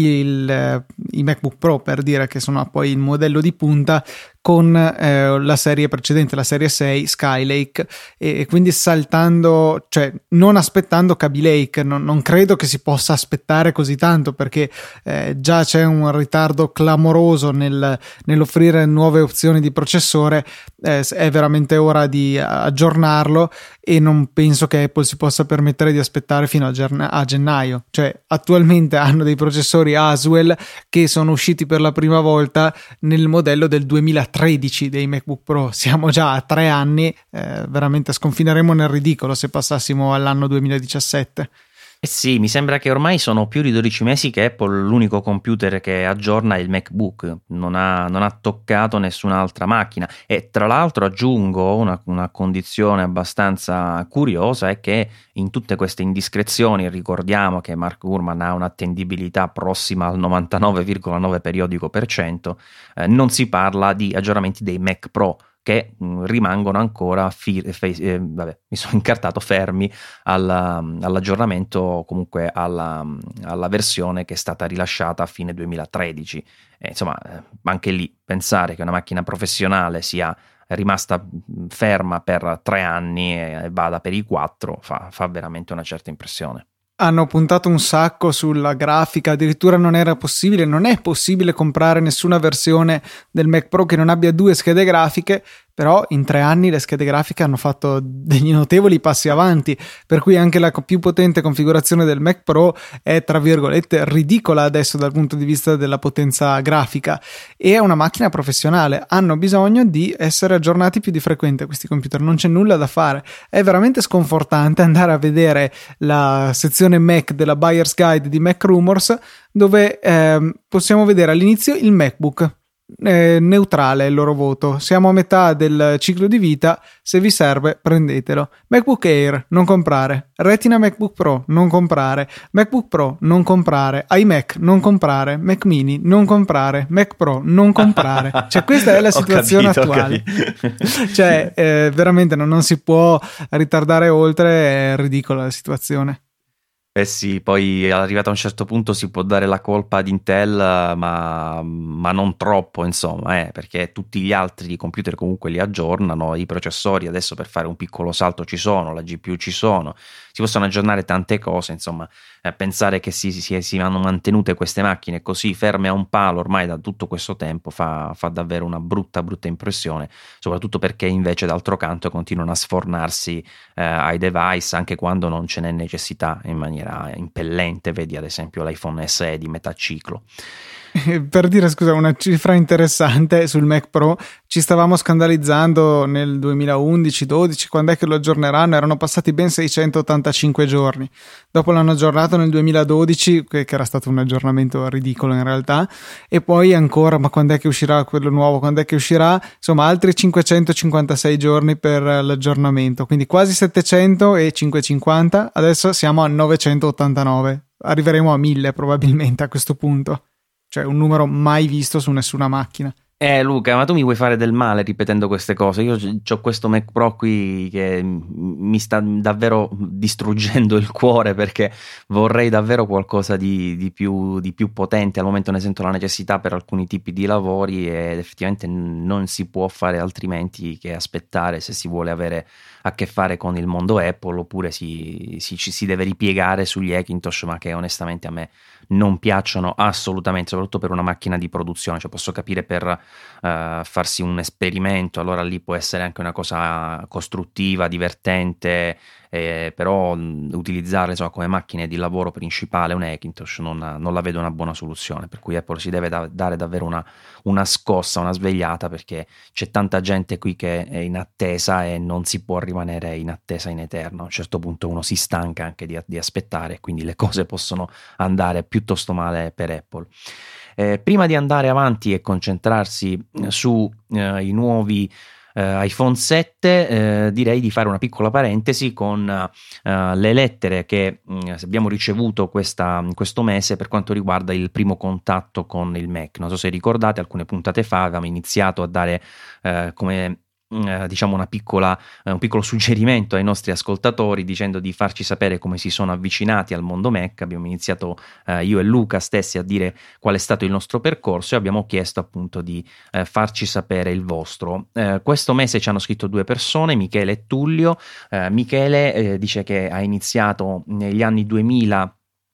il, i MacBook Pro, per dire, che sono poi il modello di punta, con eh, la serie precedente, la serie sei Skylake, e, e quindi saltando, cioè non aspettando Kaby Lake. Non, non credo che si possa aspettare così tanto, perché eh, già c'è un ritardo clamoroso nel, nell'offrire nuove opzioni di processore. Eh, è veramente ora di aggiornarlo e non penso che Apple si possa permettere di aspettare fino a, gerna- a gennaio. Cioè, attualmente hanno dei processori Haswell che sono usciti per la prima volta nel modello del duemilatredici dei MacBook Pro. Siamo già a tre anni, eh, veramente sconfineremo nel ridicolo se passassimo all'anno duemiladiciassette. Eh sì, mi sembra che ormai sono più di dodici mesi che Apple, l'unico computer che aggiorna è il MacBook, non ha, non ha toccato nessun'altra macchina. E tra l'altro aggiungo una, una condizione abbastanza curiosa, è che in tutte queste indiscrezioni, ricordiamo che Mark Gurman ha un'attendibilità prossima al novantanove virgola nove periodico per cento, eh, non si parla di aggiornamenti dei Mac Pro, che mh, rimangono ancora fi- fe- eh, vabbè, mi sono incartato fermi alla, all'aggiornamento, comunque alla, alla versione che è stata rilasciata a fine duemilatredici. E, insomma, eh, anche lì pensare che una macchina professionale sia rimasta ferma per tre anni e vada per i quattro fa, fa veramente una certa impressione. Hanno puntato un sacco sulla grafica, addirittura non era possibile, non è possibile comprare nessuna versione del Mac Pro che non abbia due schede grafiche, però in tre anni le schede grafiche hanno fatto degli notevoli passi avanti, per cui anche la più potente configurazione del Mac Pro è, tra virgolette, ridicola adesso dal punto di vista della potenza grafica, e è una macchina professionale. Hanno bisogno di essere aggiornati più di frequente questi computer, non c'è nulla da fare. È veramente sconfortante andare a vedere la sezione Mac della Buyer's Guide di Mac Rumors, dove eh, possiamo vedere all'inizio il MacBook. Eh, neutrale il loro voto, siamo a metà del ciclo di vita, se vi serve prendetelo. MacBook Air non comprare, Retina MacBook Pro non comprare, MacBook Pro non comprare, iMac non comprare, Mac Mini non comprare, Mac Pro non comprare. Cioè questa è la situazione capito, attuale. Cioè eh, veramente non, non si può ritardare oltre, è ridicola la situazione. Eh sì, poi arrivato a un certo punto si può dare la colpa ad Intel, ma, ma non troppo, insomma, eh, perché tutti gli altri computer comunque li aggiornano, i processori adesso per fare un piccolo salto ci sono, la G P U ci sono, si possono aggiornare tante cose, insomma, eh, pensare che si, si, si hanno mantenute queste macchine così ferme a un palo ormai da tutto questo tempo fa, fa davvero una brutta, brutta impressione, soprattutto perché invece d'altro canto continuano a sfornarsi eh, ai device anche quando non ce n'è necessità in maniera impellente, vedi ad esempio l'iPhone S E di metà ciclo. Per dire, scusa, una cifra interessante sul Mac Pro, ci stavamo scandalizzando nel duemilaundici dodici, quando è che lo aggiorneranno? Erano passati ben seicentottantacinque giorni, dopo l'hanno aggiornato nel duemiladodici, che era stato un aggiornamento ridicolo in realtà, e poi ancora, ma quando è che uscirà quello nuovo, quando è che uscirà? Insomma, altri cinquecentocinquantasei giorni per l'aggiornamento, quindi quasi settecento e cinquecentocinquanta, adesso siamo a novecentottantanove, arriveremo a mille probabilmente a questo punto. Cioè un numero mai visto su nessuna macchina. Eh Luca, ma tu mi vuoi fare del male ripetendo queste cose? Io ho questo Mac Pro qui che mi sta davvero distruggendo il cuore, perché vorrei davvero qualcosa di, di, più, di più potente. Al momento ne sento la necessità per alcuni tipi di lavori ed effettivamente non si può fare altrimenti che aspettare se si vuole avere a che fare con il mondo Apple, oppure si, si, ci si deve ripiegare sugli Hackintosh, ma che onestamente a me non piacciono assolutamente, soprattutto per una macchina di produzione. Cioè posso capire per uh, farsi un esperimento, allora lì può essere anche una cosa costruttiva, divertente, eh, però mh, utilizzarle insomma, come macchine di lavoro principale un Hackintosh non, non la vedo una buona soluzione, per cui Apple si deve da- dare davvero una, una scossa, una svegliata, perché c'è tanta gente qui che è in attesa e non si può rimanere in attesa in eterno. A un certo punto uno si stanca anche di, di aspettare, quindi le cose possono andare piuttosto male per Apple. Eh, prima di andare avanti e concentrarsi su eh, i nuovi eh, iPhone sette, eh, direi di fare una piccola parentesi con eh, le lettere che mh, abbiamo ricevuto questa, questo mese per quanto riguarda il primo contatto con il Mac. Non so se ricordate, alcune puntate fa avevamo iniziato a dare eh, come Eh, diciamo una piccola, eh, un piccolo suggerimento ai nostri ascoltatori dicendo di farci sapere come si sono avvicinati al mondo Mac. Abbiamo iniziato eh, io e Luca stessi a dire qual è stato il nostro percorso e abbiamo chiesto appunto di eh, farci sapere il vostro. Eh, questo mese ci hanno scritto due persone, Michele e Tullio. eh, Michele eh, dice che ha iniziato negli anni duemila,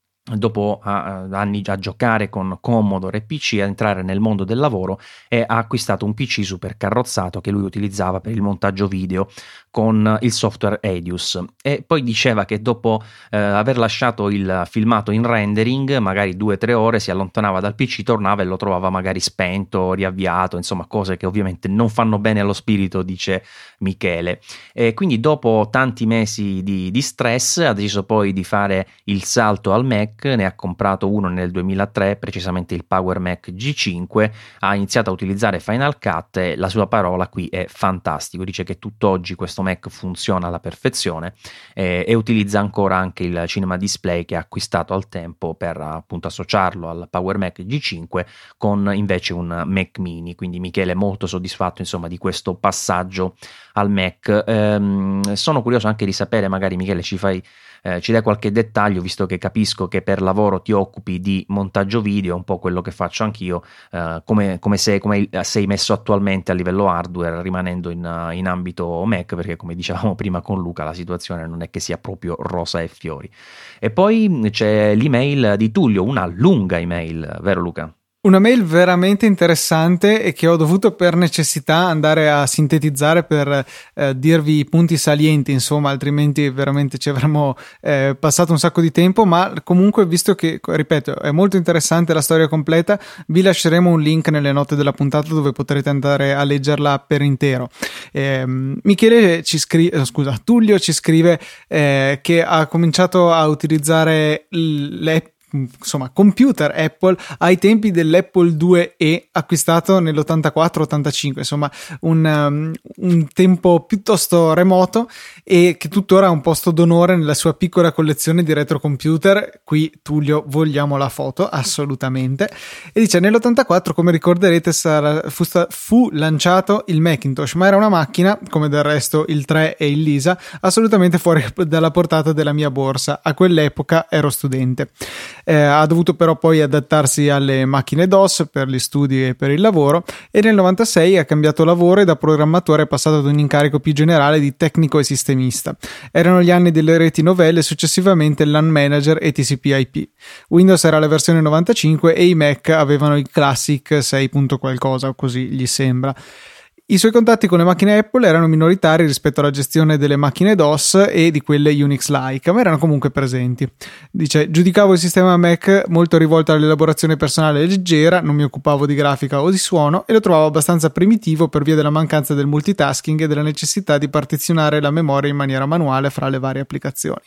dopo uh, anni a giocare con Commodore e P C, a entrare nel mondo del lavoro e ha acquistato un P C super carrozzato che lui utilizzava per il montaggio video con il software Edius, e poi diceva che dopo eh, aver lasciato il filmato in rendering magari due o tre ore si allontanava dal P C, tornava e lo trovava magari spento, riavviato, insomma cose che ovviamente non fanno bene allo spirito, dice Michele. E quindi dopo tanti mesi di, di stress ha deciso poi di fare il salto al Mac, ne ha comprato uno nel duemilatré, precisamente il Power Mac G cinque, ha iniziato a utilizzare Final Cut e la sua parola qui è fantastico. Dice che tutt'oggi questo Mac funziona alla perfezione eh, e utilizza ancora anche il Cinema Display che ha acquistato al tempo per appunto associarlo al Power Mac G cinque con invece un Mac Mini. Quindi Michele è molto soddisfatto insomma di questo passaggio al Mac. Ehm, sono curioso anche di sapere, magari Michele ci fai Eh, ci dai qualche dettaglio, visto che capisco che per lavoro ti occupi di montaggio video, un po' quello che faccio anch'io, eh, come, come, sei, come sei messo attualmente a livello hardware, rimanendo in, in ambito Mac, perché come dicevamo prima con Luca la situazione non è che sia proprio rosa e fiori. E poi c'è l'email di Tullio, una lunga email, vero Luca? Una mail veramente interessante e che ho dovuto per necessità andare a sintetizzare per eh, dirvi i punti salienti, insomma, altrimenti veramente ci avremmo eh, passato un sacco di tempo, ma comunque, visto che, ripeto, è molto interessante la storia completa, vi lasceremo un link nelle note della puntata dove potrete andare a leggerla per intero. Eh, Michele ci scrive, eh, scusa, Tullio ci scrive eh, che ha cominciato a utilizzare l'app, insomma computer Apple ai tempi dell'Apple due E acquistato nell'ottantaquattro ottantacinque, insomma un, um, un tempo piuttosto remoto, e che tuttora ha un posto d'onore nella sua piccola collezione di retrocomputer. Qui Tullio vogliamo la foto assolutamente, e dice: nell'ottantaquattro, come ricorderete, sarà, fu, fu lanciato il Macintosh, ma era una macchina, come del resto il tre e il Lisa, assolutamente fuori dalla portata della mia borsa. A quell'epoca ero studente. Eh, ha dovuto però poi adattarsi alle macchine DOS per gli studi e per il lavoro, e nel novantasei ha cambiato lavoro e da programmatore è passato ad un incarico più generale di tecnico e sistemista. Erano gli anni delle reti novelle, successivamente LAN Manager e T C P I P. Windows era la versione novantacinque e i Mac avevano il Classic sei punto qualcosa, o così gli sembra. I suoi contatti con le macchine Apple erano minoritari rispetto alla gestione delle macchine DOS e di quelle Unix-like, ma erano comunque presenti. Dice: giudicavo il sistema Mac molto rivolto all'elaborazione personale leggera, non mi occupavo di grafica o di suono e lo trovavo abbastanza primitivo per via della mancanza del multitasking e della necessità di partizionare la memoria in maniera manuale fra le varie applicazioni.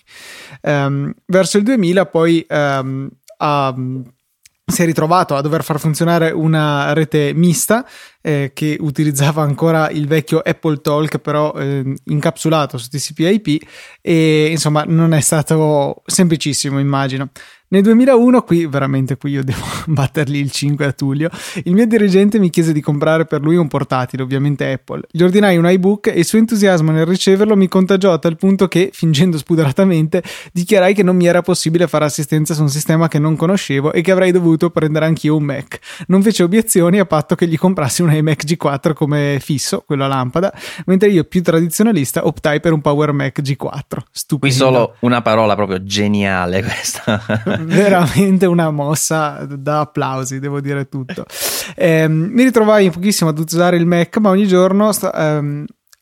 Um, verso il duemila poi um, ha... si è ritrovato a dover far funzionare una rete mista eh, che utilizzava ancora il vecchio Apple Talk, però eh, incapsulato su T C P I P, e insomma non è stato semplicissimo, immagino. Nel duemilauno, qui veramente qui io devo battergli il cinque a Tullio, il mio dirigente mi chiese di comprare per lui un portatile, ovviamente Apple. Gli ordinai un iBook e il suo entusiasmo nel riceverlo mi contagiò a tal punto che, fingendo spudoratamente, dichiarai che non mi era possibile fare assistenza su un sistema che non conoscevo e che avrei dovuto prendere anch'io un Mac. Non fece obiezioni a patto che gli comprassi un iMac G quattro come fisso, quello a lampada, mentre io, più tradizionalista, optai per un Power Mac G quattro. Stupendo. Qui solo una parola proprio geniale questa. Veramente una mossa da applausi, devo dire tutto. Eh, mi ritrovai pochissimo ad usare il Mac, ma ogni giorno sta, ehm,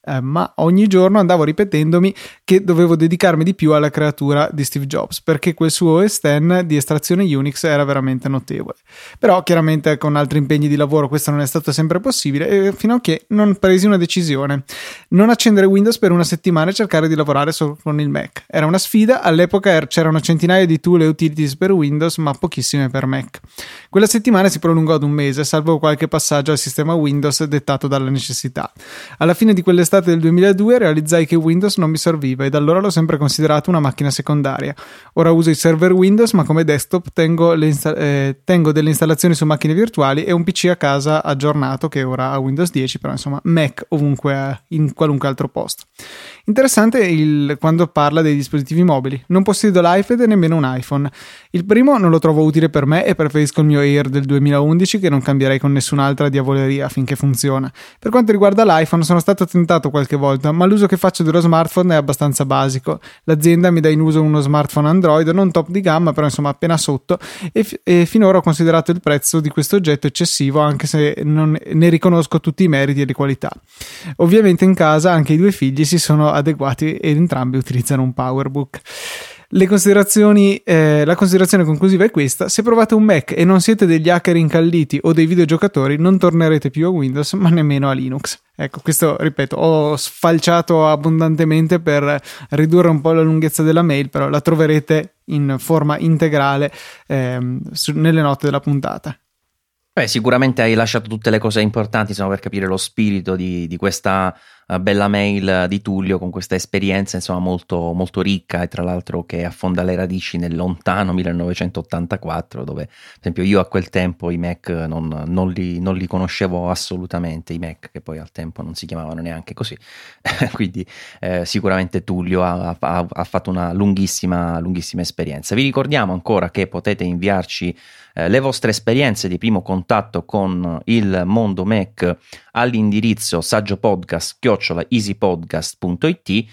eh, ma ogni giorno andavo ripetendomi che dovevo dedicarmi di più alla creatura di Steve Jobs, perché quel suo O S X di estrazione Unix era veramente notevole. Però chiaramente con altri impegni di lavoro questo non è stato sempre possibile, e fino a che non presi una decisione: non accendere Windows per una settimana e cercare di lavorare solo con il Mac. Era una sfida, all'epoca c'erano centinaia di tool e utilities per Windows ma pochissime per Mac. Quella settimana si prolungò ad un mese, salvo qualche passaggio al sistema Windows dettato dalla necessità. Alla fine di quell'estate del duemiladue realizzai che Windows non mi serviva, e da allora l'ho sempre considerato una macchina secondaria. Ora uso i server Windows, ma come desktop tengo, le insta- eh, tengo delle installazioni su macchine virtuali e un P C a casa aggiornato che ora ha Windows dieci, però insomma Mac ovunque, in qualunque altro posto. Interessante il, quando parla dei dispositivi mobili. Non possiedo l'iPad e nemmeno un iPhone. Il primo non lo trovo utile per me e preferisco il mio Air del duemilaundici, che non cambierei con nessun'altra diavoleria finché funziona. Per quanto riguarda l'iPhone, sono stato tentato qualche volta, ma l'uso che faccio dello smartphone è abbastanza basico. L'azienda mi dà in uso uno smartphone Android non top di gamma, però insomma appena sotto, e, f- e finora ho considerato il prezzo di questo oggetto eccessivo, anche se non ne riconosco tutti i meriti e le qualità. Ovviamente in casa anche i due figli si sono adeguati ed entrambi utilizzano un PowerBook. Le considerazioni, eh, la considerazione conclusiva è questa: se provate un Mac e non siete degli hacker incalliti o dei videogiocatori, non tornerete più a Windows, ma nemmeno a Linux. Ecco, questo, ripeto, ho sfalciato abbondantemente per ridurre un po' la lunghezza della mail, però la troverete in forma integrale ehm, su, nelle note della puntata. Beh, sicuramente hai lasciato tutte le cose importanti, insomma, per capire lo spirito di, di questa uh, bella mail di Tullio, con questa esperienza insomma molto, molto ricca, e tra l'altro che affonda le radici nel lontano millenovecentottantaquattro, dove per esempio io a quel tempo i Mac non, non, li, non li conoscevo assolutamente, i Mac, che poi al tempo non si chiamavano neanche così. Quindi eh, sicuramente Tullio ha, ha, ha fatto una lunghissima, lunghissima esperienza. Vi ricordiamo ancora che potete inviarci Eh, le vostre esperienze di primo contatto con il mondo Mac all'indirizzo saggiopodcast chiocciola easypodcast punto it,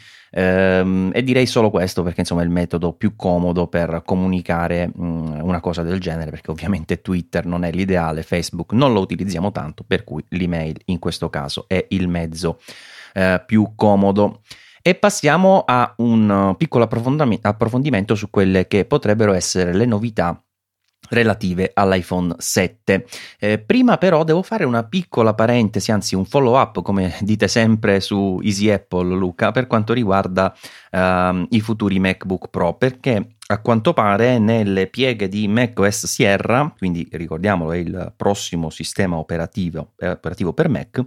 ehm, e direi solo questo perché insomma è il metodo più comodo per comunicare mh, una cosa del genere, perché ovviamente Twitter non è l'ideale, Facebook non lo utilizziamo tanto, per cui l'email in questo caso è il mezzo eh, più comodo. E passiamo a un piccolo approfondimento su quelle che potrebbero essere le novità relative all'iPhone sette. Eh, prima però devo fare una piccola parentesi, anzi un follow up, come dite sempre su Easy Apple, Luca, per quanto riguarda uh, i futuri MacBook Pro, perché a quanto pare nelle pieghe di macOS Sierra, quindi ricordiamolo è il prossimo sistema operativo, eh, operativo per Mac,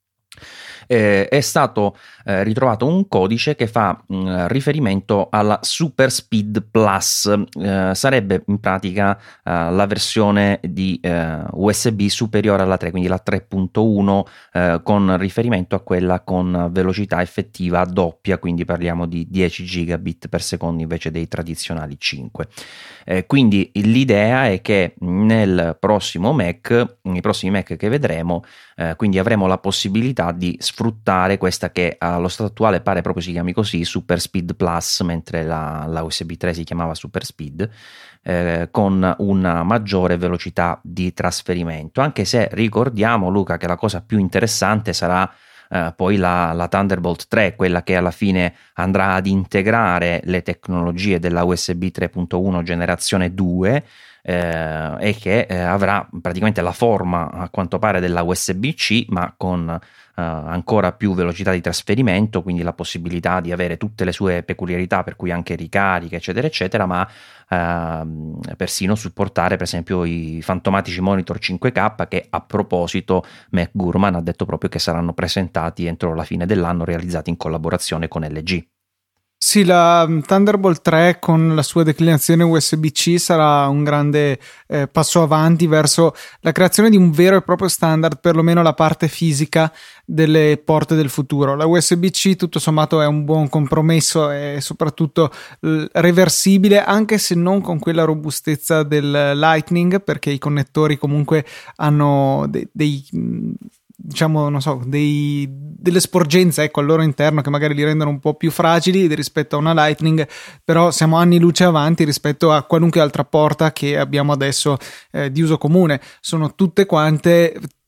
Eh, è stato eh, ritrovato un codice che fa mh, riferimento alla Super Speed Plus. Eh, sarebbe in pratica eh, la versione di eh, U S B superiore alla tre, quindi la tre punto uno, eh, con riferimento a quella con velocità effettiva doppia, quindi parliamo di dieci gigabit per secondo invece dei tradizionali cinque. Eh, quindi l'idea è che nel prossimo Mac, nei prossimi Mac che vedremo, eh, quindi avremo la possibilità di sfruttare questa che allo stato attuale pare proprio si chiami così, Super Speed Plus, mentre la, la U S B tre si chiamava Super Speed, eh, con una maggiore velocità di trasferimento, anche se ricordiamo, Luca, che la cosa più interessante sarà Uh, poi la, la Thunderbolt tre, quella che alla fine andrà ad integrare le tecnologie della U S B tre punto uno generazione due, eh, e che eh, avrà praticamente la forma a quanto pare della U S B C, ma con eh, ancora più velocità di trasferimento, quindi la possibilità di avere tutte le sue peculiarità, per cui anche ricariche eccetera eccetera, ma eh, persino supportare per esempio i fantomatici monitor cinque K, che a proposito Mac Gurman ha detto proprio che saranno presentati entro la fine dell'anno, realizzati in collaborazione con L G. Sì, la Thunderbolt tre con la sua declinazione U S B C sarà un grande eh, passo avanti verso la creazione di un vero e proprio standard, perlomeno la parte fisica delle porte del futuro. La U S B C tutto sommato è un buon compromesso e soprattutto eh, reversibile, anche se non con quella robustezza del Lightning, perché i connettori comunque hanno de- dei... diciamo non so dei, delle sporgenze ecco al loro interno che magari li rendono un po' più fragili rispetto a una Lightning, però siamo anni luce avanti rispetto a qualunque altra porta che abbiamo adesso eh, di uso comune. Sono tutte quante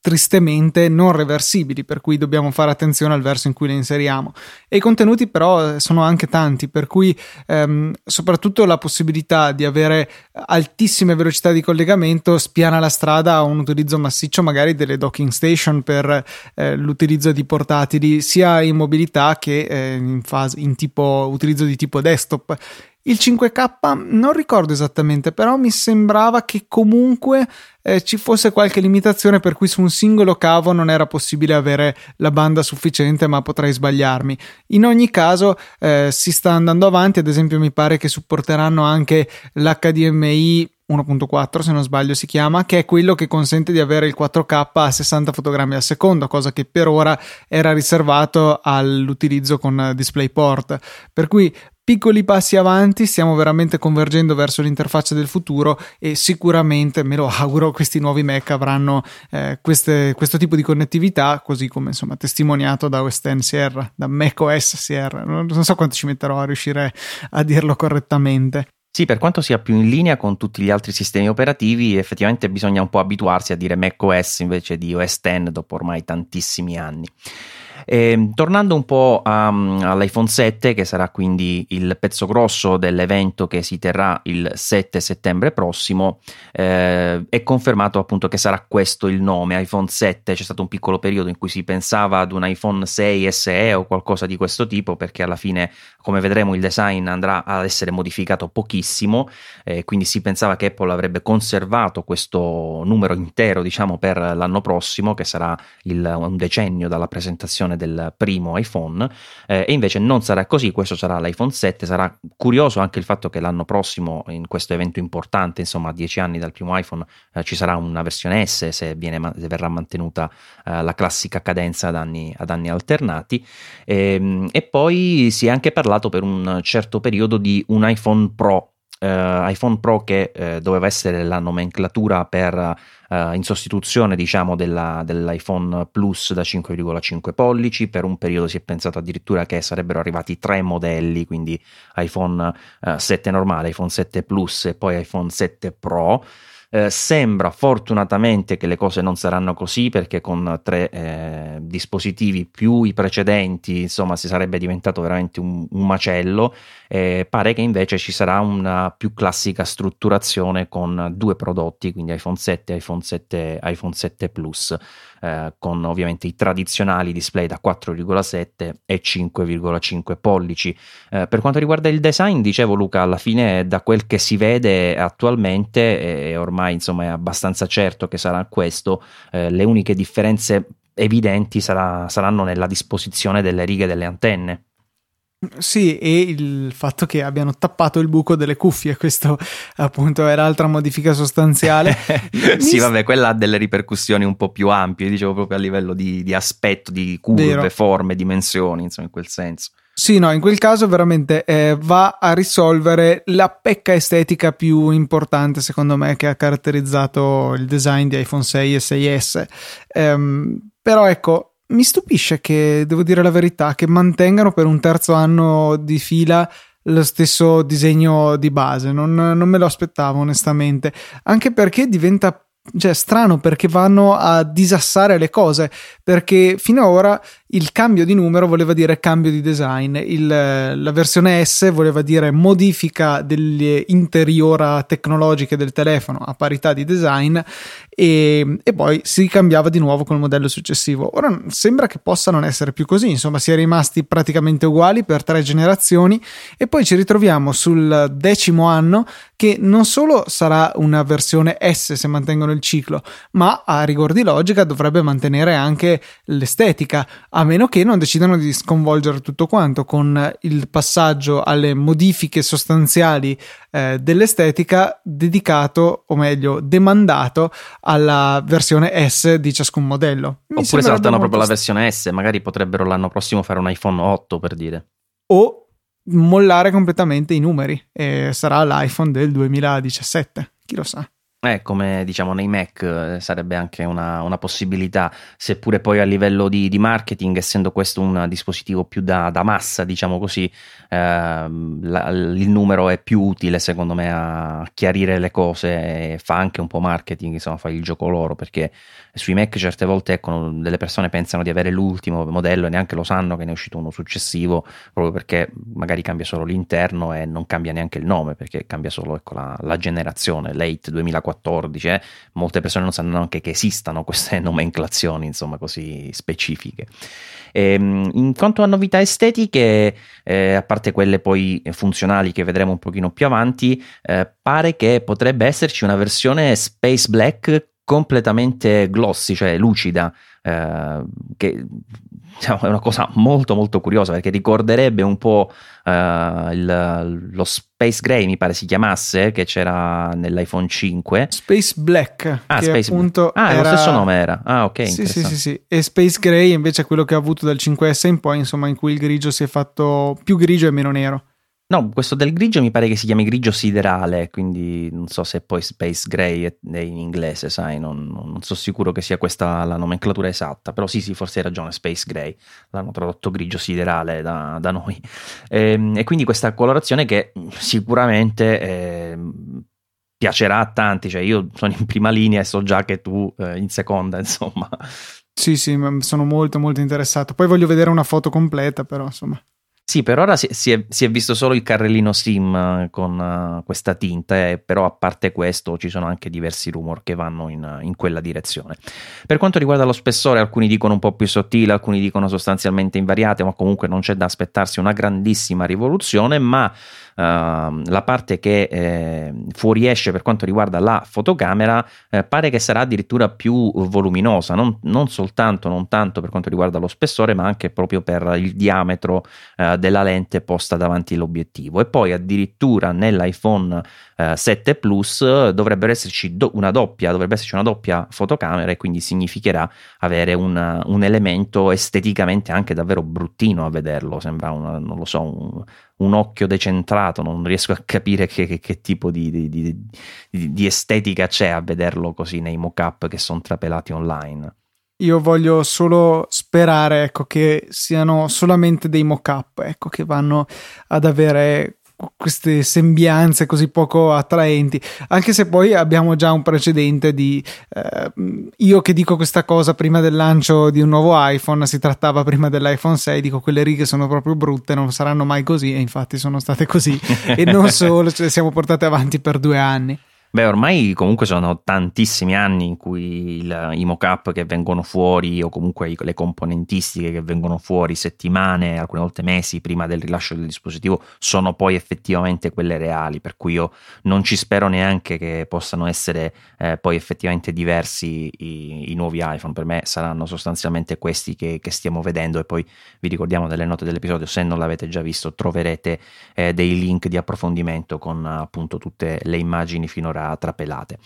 tristemente non reversibili, per cui dobbiamo fare attenzione al verso in cui le inseriamo. E i contenuti però sono anche tanti, per cui ehm, soprattutto la possibilità di avere altissime velocità di collegamento spiana la strada a un utilizzo massiccio magari delle docking station per eh, l'utilizzo di portatili sia in mobilità che eh, in, fase, in tipo utilizzo di tipo desktop. Il cinque K non ricordo esattamente, però mi sembrava che comunque eh, ci fosse qualche limitazione per cui su un singolo cavo non era possibile avere la banda sufficiente, ma potrei sbagliarmi. In ogni caso eh, si sta andando avanti, ad esempio mi pare che supporteranno anche l'H D M I uno punto quattro, se non sbaglio si chiama, che è quello che consente di avere il quattro K a sessanta fotogrammi al secondo, cosa che per ora era riservato all'utilizzo con DisplayPort, per cui piccoli passi avanti, stiamo veramente convergendo verso l'interfaccia del futuro e sicuramente, me lo auguro, questi nuovi Mac avranno eh, queste, questo tipo di connettività, così come insomma testimoniato da O S X Sierra, da macOS Sierra. Non, non so quanto ci metterò a riuscire a dirlo correttamente. Sì, per quanto sia più in linea con tutti gli altri sistemi operativi, effettivamente bisogna un po' abituarsi a dire macOS invece di O S X dopo ormai tantissimi anni. E, tornando un po' a, all'iPhone sette, che sarà quindi il pezzo grosso dell'evento che si terrà il sette settembre prossimo, eh, è confermato appunto che sarà questo il nome, iPhone sette. C'è stato un piccolo periodo in cui si pensava ad un iPhone sei S E o qualcosa di questo tipo, perché alla fine, come vedremo, il design andrà ad essere modificato pochissimo, eh, quindi si pensava che Apple avrebbe conservato questo numero intero, diciamo, per l'anno prossimo, che sarà il, un decennio dalla presentazione del primo iPhone, eh, e invece non sarà così. Questo sarà l'iPhone sette. Sarà curioso anche il fatto che l'anno prossimo, in questo evento importante, insomma a dieci anni dal primo iPhone, eh, ci sarà una versione S, se, viene, se verrà mantenuta eh, la classica cadenza ad anni, ad anni alternati, e, e poi si è anche parlato per un certo periodo di un iPhone Pro, Uh, iPhone Pro che uh, doveva essere la nomenclatura per uh, in sostituzione, diciamo, della, dell'iPhone Plus da cinque virgola cinque pollici. Per un periodo si è pensato addirittura che sarebbero arrivati tre modelli, quindi iPhone uh, sette normale, iPhone sette Plus e poi iPhone sette Pro. Eh, sembra fortunatamente che le cose non saranno così, perché con tre eh, dispositivi più i precedenti, insomma, si sarebbe diventato veramente un, un macello. Eh, pare che invece ci sarà una più classica strutturazione con due prodotti, quindi iPhone sette e iPhone sette, iPhone sette Plus, eh, con ovviamente i tradizionali display da quattro virgola sette e cinque virgola cinque pollici. Eh, per quanto riguarda il design, dicevo Luca, alla fine da quel che si vede attualmente è ormai ormai insomma è abbastanza certo che sarà questo. Eh, le uniche differenze evidenti sarà, saranno nella disposizione delle righe delle antenne. Sì, e il fatto che abbiano tappato il buco delle cuffie, questo appunto era altra modifica sostanziale. Sì, vabbè, quella ha delle ripercussioni un po' più ampie, dicevo proprio a livello di, di aspetto, di curve, Vero. forme, dimensioni, insomma, in quel senso. Sì, no, in quel caso veramente eh, va a risolvere la pecca estetica più importante, secondo me, che ha caratterizzato il design di iPhone sei e sei S. Ehm, però ecco, mi stupisce che, devo dire la verità, che mantengano per un terzo anno di fila lo stesso disegno di base. Non, non me lo aspettavo onestamente, anche perché diventa cioè strano, perché vanno a disassare le cose, perché fino ad ora il cambio di numero voleva dire cambio di design, il, la versione S voleva dire modifica delle interiora tecnologiche del telefono a parità di design, e, e poi si cambiava di nuovo col modello successivo. Ora sembra che possa non essere più così, insomma si è rimasti praticamente uguali per tre generazioni, e poi ci ritroviamo sul decimo anno che non solo sarà una versione S se mantengono il ciclo, ma a rigor di logica dovrebbe mantenere anche l'estetica, a meno che non decidano di sconvolgere tutto quanto con il passaggio alle modifiche sostanziali eh, dell'estetica dedicato, o meglio demandato, alla versione S di ciascun modello. Mi Oppure saltano proprio la versione S, magari potrebbero l'anno prossimo fare un iPhone otto, per dire. O mollare completamente i numeri e sarà l'iPhone del duemiladiciassette, chi lo sa. Eh, come diciamo nei Mac eh, sarebbe anche una, una possibilità, seppure poi a livello di, di marketing, essendo questo un dispositivo più da, da massa, diciamo così, ehm, la- il numero è più utile secondo me a chiarire le cose e fa anche un po' marketing, insomma fa il gioco loro, perché sui Mac certe volte ecco, delle persone pensano di avere l'ultimo modello e neanche lo sanno che ne è uscito uno successivo, proprio perché magari cambia solo l'interno e non cambia neanche il nome, perché cambia solo ecco, la, la generazione, late duemilaquattordici, eh. Molte persone non sanno neanche che esistano queste nomenclazioni, insomma, così specifiche. Ehm, in quanto a novità estetiche, eh, a parte quelle poi funzionali che vedremo un pochino più avanti, eh, pare che potrebbe esserci una versione Space Black completamente glossy, cioè lucida, eh, che diciamo, è una cosa molto molto curiosa perché ricorderebbe un po' eh, il- lo Space Gray, mi pare si chiamasse, che c'era nell'iPhone cinque. Space Black, Ah, che Space appunto Ah, è era... lo stesso nome era. Ah, ok, Sì, sì, interessante. sì, sì. E Space Gray invece è quello che ha avuto dal cinque S in poi, insomma, in cui il grigio si è fatto più grigio e meno nero. No, questo del grigio mi pare che si chiami grigio siderale, quindi non so se poi Space Gray è è in inglese, sai, non, non sono sicuro che sia questa la nomenclatura esatta, però sì, sì, forse hai ragione, Space Gray, l'hanno tradotto grigio siderale da, da noi. Ehm, E, quindi questa colorazione che sicuramente ehm, piacerà a tanti, cioè io sono in prima linea e so già che tu eh, in seconda, insomma. Sì, sì, ma sono molto, molto interessato. Poi voglio vedere una foto completa, però, insomma. Sì, per ora si, si è, si è visto solo il carrellino SIM eh, con eh, questa tinta, eh, però a parte questo ci sono anche diversi rumor che vanno in, in quella direzione. Per quanto riguarda lo spessore, alcuni dicono un po' più sottile, alcuni dicono sostanzialmente invariate, ma comunque non c'è da aspettarsi una grandissima rivoluzione, ma Uh, la parte che eh, fuoriesce per quanto riguarda la fotocamera eh, pare che sarà addirittura più voluminosa, non, non soltanto, non tanto per quanto riguarda lo spessore, ma anche proprio per il diametro eh, della lente posta davanti all'obiettivo. E poi addirittura nell'iPhone eh, sette Plus dovrebbero esserci do- una doppia, dovrebbe esserci una doppia fotocamera, e quindi significherà avere un, un elemento esteticamente anche davvero bruttino a vederlo, sembra una, non lo so, un un occhio decentrato, non riesco a capire che, che, che tipo di, di, di, di, di estetica c'è a vederlo così nei mock-up che sono trapelati online. Io voglio solo sperare, ecco, che siano solamente dei mock-up, ecco, che vanno ad avere queste sembianze così poco attraenti, anche se poi abbiamo già un precedente di eh, io che dico questa cosa prima del lancio di un nuovo iPhone, si trattava prima dell'iPhone sei, dico quelle righe sono proprio brutte, non saranno mai così, e infatti sono state così e non solo, ce le siamo portate avanti per due anni. Beh, ormai comunque sono tantissimi anni in cui il, i mock-up che vengono fuori, o comunque le componentistiche che vengono fuori settimane, alcune volte mesi prima del rilascio del dispositivo, sono poi effettivamente quelle reali, per cui io non ci spero neanche che possano essere eh, poi effettivamente diversi i, i nuovi iPhone. Per me saranno sostanzialmente questi che, che stiamo vedendo, e poi vi ricordiamo nelle note dell'episodio, se non l'avete già visto troverete eh, dei link di approfondimento con appunto tutte le immagini finora trapelate.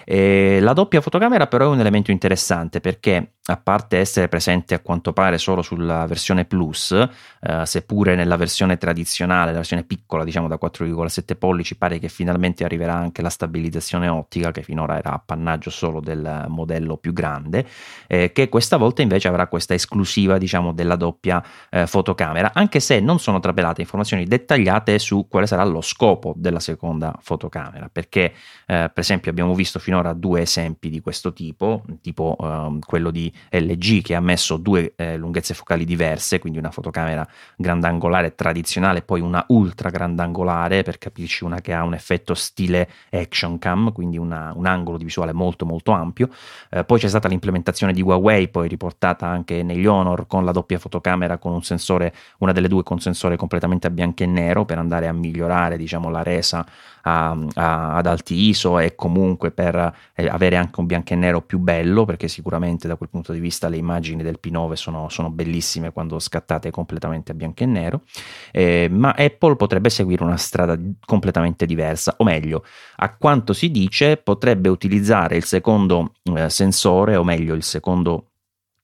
E la doppia fotocamera però è un elemento interessante, perché a parte essere presente a quanto pare solo sulla versione Plus, eh, seppure nella versione tradizionale, la versione piccola diciamo da quattro virgola sette pollici, pare che finalmente arriverà anche la stabilizzazione ottica, che finora era appannaggio solo del modello più grande, eh, che questa volta invece avrà questa esclusiva diciamo della doppia eh, fotocamera, anche se non sono trapelate informazioni dettagliate su quale sarà lo scopo della seconda fotocamera, perché eh, per esempio abbiamo visto finora due esempi di questo tipo, tipo eh, quello di L G, che ha messo due eh, lunghezze focali diverse, quindi una fotocamera grandangolare tradizionale, poi una ultra grandangolare, per capirci, una che ha un effetto stile action cam, quindi una, un angolo di visuale molto molto ampio. Eh, poi c'è stata l'implementazione di Huawei, poi riportata anche negli Honor, con la doppia fotocamera con un sensore, una delle due con sensore completamente a bianco e nero, per andare a migliorare diciamo la resa a, a, ad alti I S O, e comunque per eh, avere anche un bianco e nero più bello, perché sicuramente da quel punto di vista le immagini del P nove sono, sono bellissime quando scattate completamente a bianco e nero. Eh, ma Apple potrebbe seguire una strada completamente diversa, o meglio, a quanto si dice potrebbe utilizzare il secondo eh, sensore, o meglio il secondo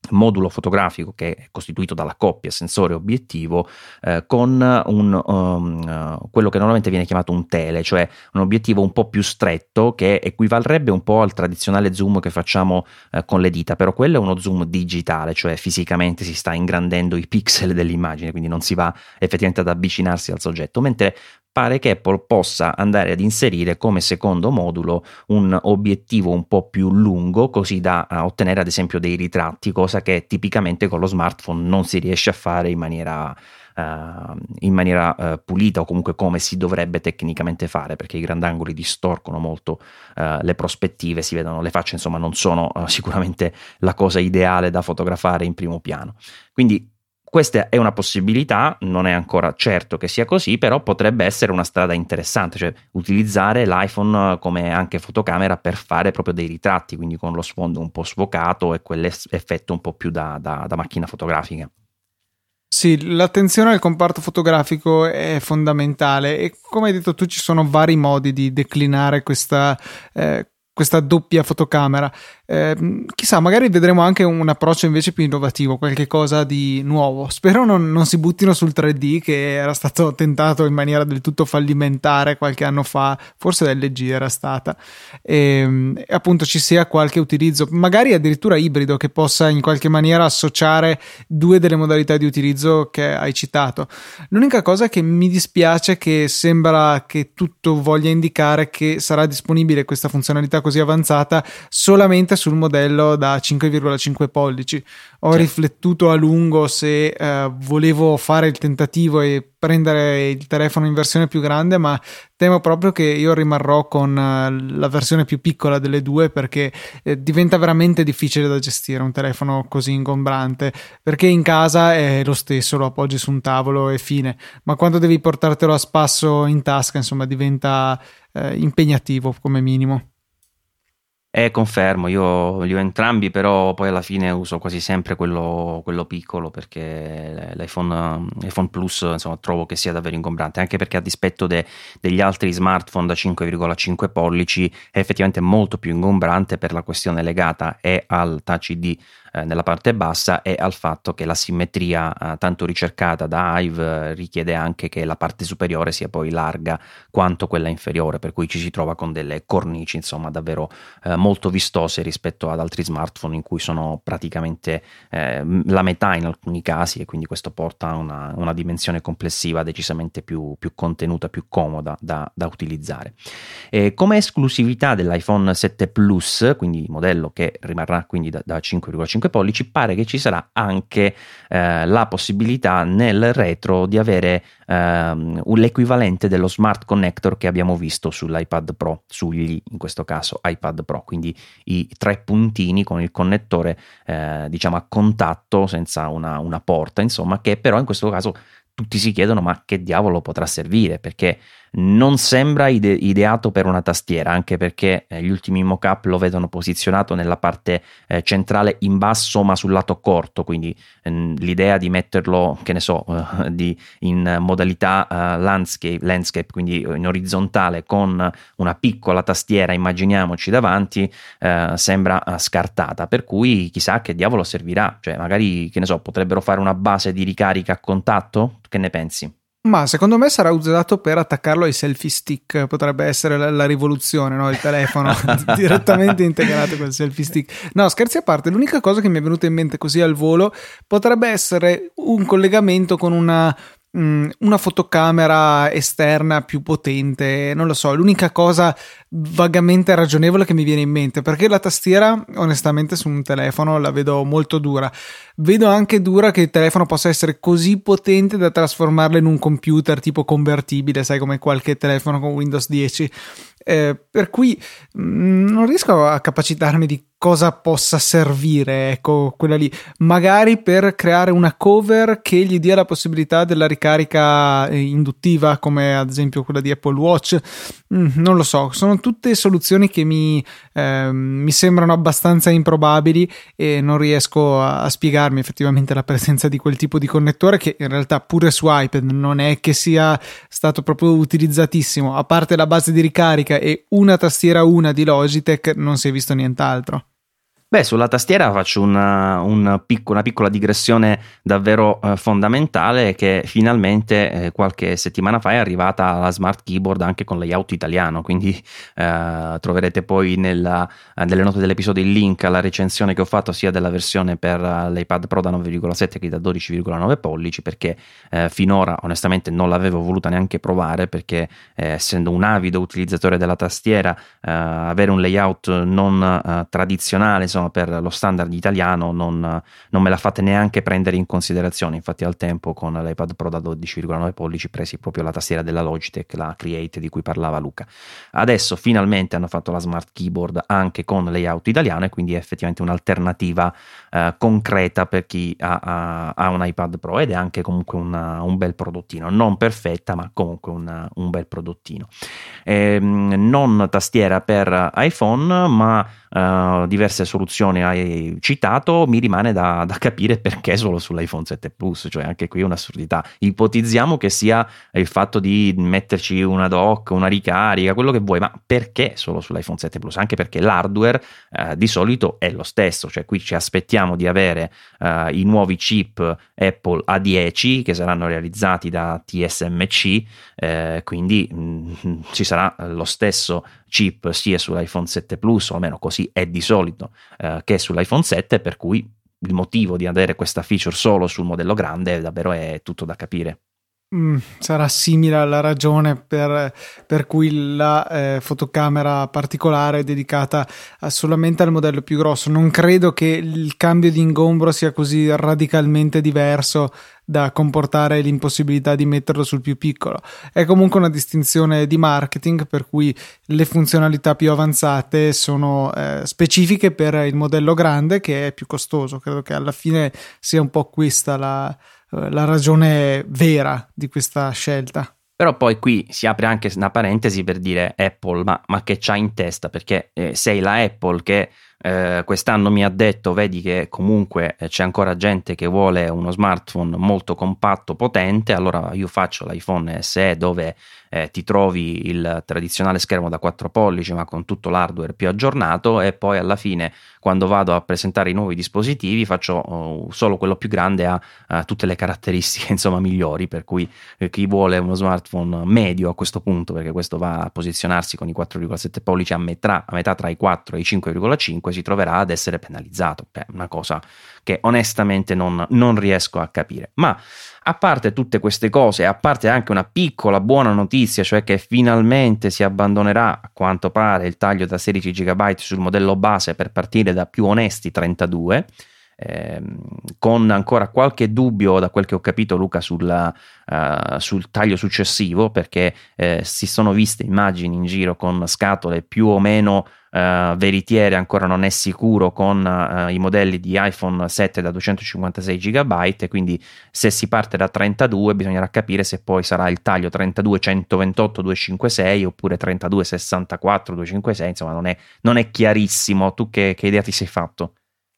modulo fotografico che è costituito dalla coppia sensore-obiettivo eh, con un, um, uh, quello che normalmente viene chiamato un tele, cioè un obiettivo un po' più stretto che equivalrebbe un po' al tradizionale zoom che facciamo eh, con le dita, però quello è uno zoom digitale, cioè fisicamente si sta ingrandendo i pixel dell'immagine, quindi non si va effettivamente ad avvicinarsi al soggetto, mentre pare che Apple possa andare ad inserire come secondo modulo un obiettivo un po' più lungo, così da ottenere ad esempio dei ritratti, cosa che tipicamente con lo smartphone non si riesce a fare in maniera uh, in maniera uh, pulita, o comunque come si dovrebbe tecnicamente fare, perché i grandangoli distorcono molto uh, le prospettive, si vedono le facce, insomma non sono uh, sicuramente la cosa ideale da fotografare in primo piano. Quindi questa è una possibilità, non è ancora certo che sia così, però potrebbe essere una strada interessante, cioè utilizzare l'iPhone come anche fotocamera per fare proprio dei ritratti, quindi con lo sfondo un po' sfocato e quell'effetto un po' più da, da, da macchina fotografica. Sì, l'attenzione al comparto fotografico è fondamentale e come hai detto tu ci sono vari modi di declinare questa, eh, questa doppia fotocamera. Eh, chissà, magari vedremo anche un approccio invece più innovativo, qualche cosa di nuovo. Spero non, non si buttino sul tre D, che era stato tentato in maniera del tutto fallimentare qualche anno fa, forse da L G era stata, e, e appunto ci sia qualche utilizzo, magari addirittura ibrido, che possa in qualche maniera associare due delle modalità di utilizzo che hai citato. L'unica cosa che mi dispiace è che sembra che tutto voglia indicare che sarà disponibile questa funzionalità così avanzata solamente sul modello da cinque virgola cinque pollici. Ho sì. riflettuto a lungo se eh, volevo fare il tentativo e prendere il telefono in versione più grande, ma temo proprio che io rimarrò con eh, la versione più piccola delle due, perché eh, diventa veramente difficile da gestire un telefono così ingombrante, perché in casa è lo stesso, lo appoggi su un tavolo e fine, ma quando devi portartelo a spasso in tasca, insomma, diventa eh, impegnativo come minimo. Eh, confermo, io li ho entrambi, però poi alla fine uso quasi sempre quello, quello piccolo, perché l'iPhone, l'iPhone Plus, insomma, trovo che sia davvero ingombrante, anche perché a dispetto de, degli altri smartphone da cinque virgola cinque pollici è effettivamente molto più ingombrante per la questione legata e al Touch I D eh, nella parte bassa e al fatto che la simmetria eh, tanto ricercata da Hive eh, richiede anche che la parte superiore sia poi larga quanto quella inferiore, per cui ci si trova con delle cornici, insomma, davvero eh, molto vistose rispetto ad altri smartphone in cui sono praticamente eh, la metà in alcuni casi, e quindi questo porta a una, una dimensione complessiva decisamente più, più contenuta, più comoda da, da utilizzare. E come esclusività dell'iPhone sette Plus, quindi il modello che rimarrà quindi da, da cinque virgola cinque pollici, pare che ci sarà anche eh, la possibilità nel retro di avere ehm, l'equivalente dello Smart Connector che abbiamo visto sull'iPad Pro, sugli, in questo caso, iPad Pro, quindi i tre puntini con il connettore eh, diciamo a contatto senza una, una porta, insomma, che però in questo caso tutti si chiedono ma che diavolo potrà servire, perché non sembra ide- ideato per una tastiera, anche perché eh, gli ultimi mock-up lo vedono posizionato nella parte eh, centrale in basso ma sul lato corto, quindi ehm, l'idea di metterlo, che ne so, eh, di, in modalità eh, landscape, landscape, quindi in orizzontale con una piccola tastiera, immaginiamoci davanti, eh, sembra eh, scartata, per cui chissà che diavolo servirà, cioè magari, che ne so, potrebbero fare una base di ricarica a contatto, che ne pensi? Ma secondo me sarà usato per attaccarlo ai selfie stick, potrebbe essere la, la rivoluzione, no? Il telefono direttamente integrato col selfie stick. No, scherzi a parte, l'unica cosa che mi è venuta in mente così al volo potrebbe essere un collegamento con una una fotocamera esterna più potente, non lo so, l'unica cosa vagamente ragionevole che mi viene in mente, perché la tastiera onestamente su un telefono la vedo molto dura. Vedo anche dura che il telefono possa essere così potente da trasformarlo in un computer tipo convertibile, sai, come qualche telefono con Windows dieci. Eh, per cui mh, non riesco a capacitarmi di cosa possa servire, ecco, quella lì, magari per creare una cover che gli dia la possibilità della ricarica eh, induttiva, come ad esempio quella di Apple Watch. Mm, non lo so, sono tutte soluzioni che mi, eh, mi sembrano abbastanza improbabili e non riesco a, a spiegarmi effettivamente la presenza di quel tipo di connettore, che in realtà pure su iPad non è che sia stato proprio utilizzatissimo, a parte la base di ricarica e una tastiera una di Logitech non si è visto nient'altro. Beh, sulla tastiera faccio una, una, picco, una piccola digressione davvero eh, fondamentale, che finalmente eh, qualche settimana fa è arrivata la Smart Keyboard anche con layout italiano, quindi eh, troverete poi nella, nelle note dell'episodio il link alla recensione che ho fatto sia della versione per l'iPad Pro da nove virgola sette che da dodici virgola nove pollici, perché eh, finora onestamente non l'avevo voluta neanche provare, perché eh, essendo un avido utilizzatore della tastiera, eh, avere un layout non eh, tradizionale, insomma, per lo standard italiano non, non me la fate neanche prendere in considerazione. Infatti al tempo con l'iPad Pro da dodici virgola nove pollici presi proprio la tastiera della Logitech, la Create di cui parlava Luca. Adesso finalmente hanno fatto la Smart Keyboard anche con layout italiano, e quindi è effettivamente un'alternativa eh, concreta per chi ha, ha, ha un iPad Pro, ed è anche comunque una, un bel prodottino, non perfetta ma comunque una, un bel prodottino. Ehm, non tastiera per iPhone, ma Uh, diverse soluzioni hai citato. Mi rimane da, da capire perché solo sull'iPhone sette Plus, cioè anche qui un'assurdità. Ipotizziamo che sia il fatto di metterci una dock, una ricarica, quello che vuoi, ma perché solo sull'iPhone sette Plus? Anche perché l'hardware uh, di solito è lo stesso, cioè qui ci aspettiamo di avere uh, i nuovi chip Apple A dieci che saranno realizzati da T S M C, eh, quindi mh, ci sarà lo stesso chip sia sull'iPhone sette Plus, o almeno così è di solito, eh, che sull'iPhone sette, per cui il motivo di avere questa feature solo sul modello grande davvero è tutto da capire. Mm, sarà simile alla ragione per, per cui la eh, fotocamera particolare è dedicata solamente al modello più grosso. Non credo che il cambio di ingombro sia così radicalmente diverso da comportare l'impossibilità di metterlo sul più piccolo. È comunque una distinzione di marketing, per cui le funzionalità più avanzate sono eh, specifiche per il modello grande, che è più costoso. Credo che alla fine sia un po' questa la la ragione vera di questa scelta. Però poi qui si apre anche una parentesi per dire Apple, ma, ma che c'ha in testa? Perché eh, sei la Apple che eh, quest'anno mi ha detto, vedi che comunque eh, c'è ancora gente che vuole uno smartphone molto compatto, potente, allora io faccio l'iPhone S E dove eh, ti trovi il tradizionale schermo da quattro pollici ma con tutto l'hardware più aggiornato, e poi alla fine quando vado a presentare i nuovi dispositivi faccio uh, solo quello più grande, ha uh, tutte le caratteristiche insomma migliori, per cui eh, chi vuole uno smartphone medio a questo punto, perché questo va a posizionarsi con i quattro virgola sette pollici a metà, a metà tra i quattro e i cinque virgola cinque, si troverà ad essere penalizzato. Beh, una cosa che onestamente non, non riesco a capire. Ma a parte tutte queste cose, a parte anche una piccola buona notizia, cioè che finalmente si abbandonerà a quanto pare il taglio da sedici giga sul modello base per partire da più onesti trentadue, eh, con ancora qualche dubbio, da quel che ho capito Luca, sulla, uh, sul taglio successivo, perché eh, si sono viste immagini in giro con scatole più o meno Uh, veritiere, ancora non è sicuro, con uh, i modelli di iPhone sette da duecentocinquantasei giga, e quindi se si parte da trentadue bisognerà capire se poi sarà il taglio trentadue centoventotto duecentocinquantasei oppure trentadue sessantaquattro duecentocinquantasei, insomma non è, non è chiarissimo. Tu che, che idea ti sei fatto?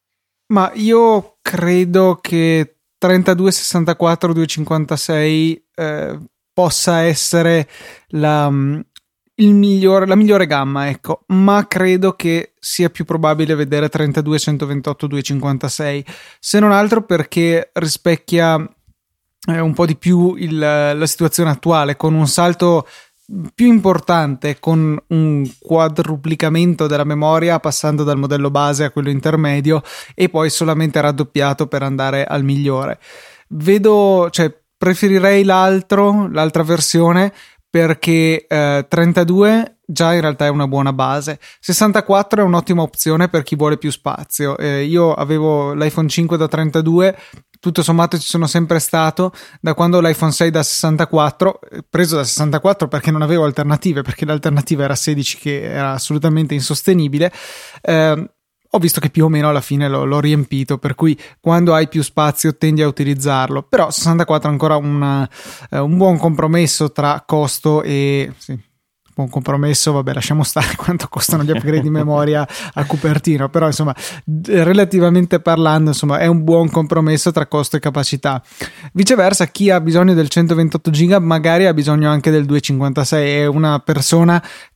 Ma io credo che trentadue sessantaquattro duecentocinquantasei eh, possa essere la Il migliore, la migliore gamma, ecco, ma credo che sia più probabile vedere trentadue centoventotto duecentocinquantasei, se non altro perché rispecchia eh, un po' di più il, la situazione attuale, con un salto più importante, con un quadruplicamento della memoria passando dal modello base a quello intermedio, e poi solamente raddoppiato per andare al migliore. Vedo, cioè preferirei l'altro, l'altra versione, perché eh, trentadue già in realtà è una buona base. sessantaquattro è un'ottima opzione per chi vuole più spazio. Eh, io avevo l'iPhone cinque da trentadue, tutto sommato ci sono sempre stato da quando ho l'iPhone sei da sessantaquattro, preso da sessantaquattro perché non avevo alternative, perché l'alternativa era sedici, che era assolutamente insostenibile. Eh, ho visto che più o meno alla fine l'ho, l'ho riempito, per cui quando hai più spazio tendi a utilizzarlo, però sessantaquattro è ancora una, eh, un buon compromesso tra costo e... Sì, buon compromesso, vabbè, lasciamo stare quanto costano gli upgrade di memoria a Cupertino, però insomma relativamente parlando insomma è un buon compromesso tra costo e capacità. Viceversa, chi ha bisogno del centoventotto giga magari ha bisogno anche del duecentocinquantasei, è una persona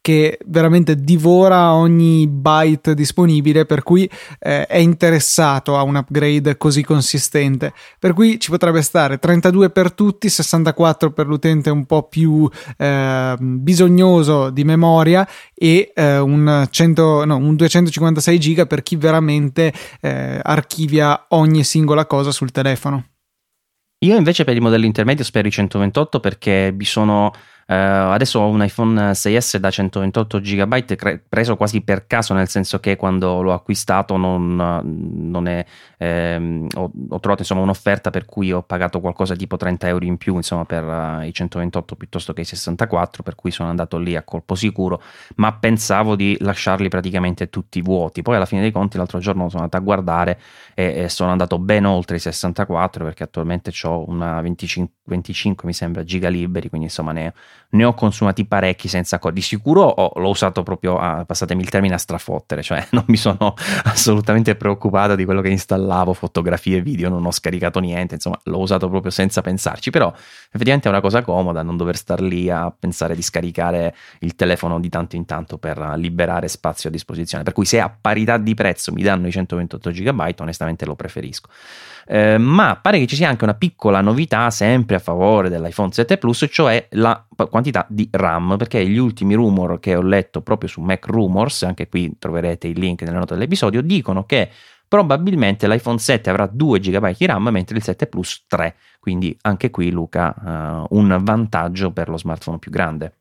che veramente divora ogni byte disponibile, per cui eh, è interessato a un upgrade così consistente, per cui ci potrebbe stare trentadue per tutti, sessantaquattro per l'utente un po' più eh, bisognoso di memoria e eh, un, cento, no, un duecentocinquantasei giga per chi veramente eh, archivia ogni singola cosa sul telefono. Io invece per il modello intermedio spero i centoventotto, perché vi sono Uh, adesso ho un iPhone sei S da centoventotto giga cre- preso quasi per caso, nel senso che quando l'ho acquistato non, non è, ehm, ho, ho trovato insomma un'offerta per cui ho pagato qualcosa tipo trenta euro in più insomma per uh, i centoventotto piuttosto che i sessantaquattro, per cui sono andato lì a colpo sicuro, ma pensavo di lasciarli praticamente tutti vuoti. Poi alla fine dei conti l'altro giorno sono andato a guardare e, e sono andato ben oltre i sessantaquattro, perché attualmente ho una venticinque, venticinque mi sembra giga liberi, quindi insomma ne ne ho consumati parecchi senza co- di sicuro ho, l'ho usato proprio a, passatemi il termine, a strafottere, cioè non mi sono assolutamente preoccupato di quello che installavo, fotografie, video, non ho scaricato niente, insomma l'ho usato proprio senza pensarci. Però effettivamente è una cosa comoda non dover star lì a pensare di scaricare il telefono di tanto in tanto per liberare spazio a disposizione, per cui se a parità di prezzo mi danno i centoventotto giga onestamente lo preferisco. Eh, ma pare che ci sia anche una piccola novità sempre a favore dell'iPhone sette Plus, cioè la quantità di RAM, perché gli ultimi rumor che ho letto proprio su Mac Rumors, anche qui troverete il link nelle note dell'episodio, dicono che probabilmente l'iPhone sette avrà due giga di RAM mentre il sette Plus tre, quindi anche qui Luca uh, un vantaggio per lo smartphone più grande.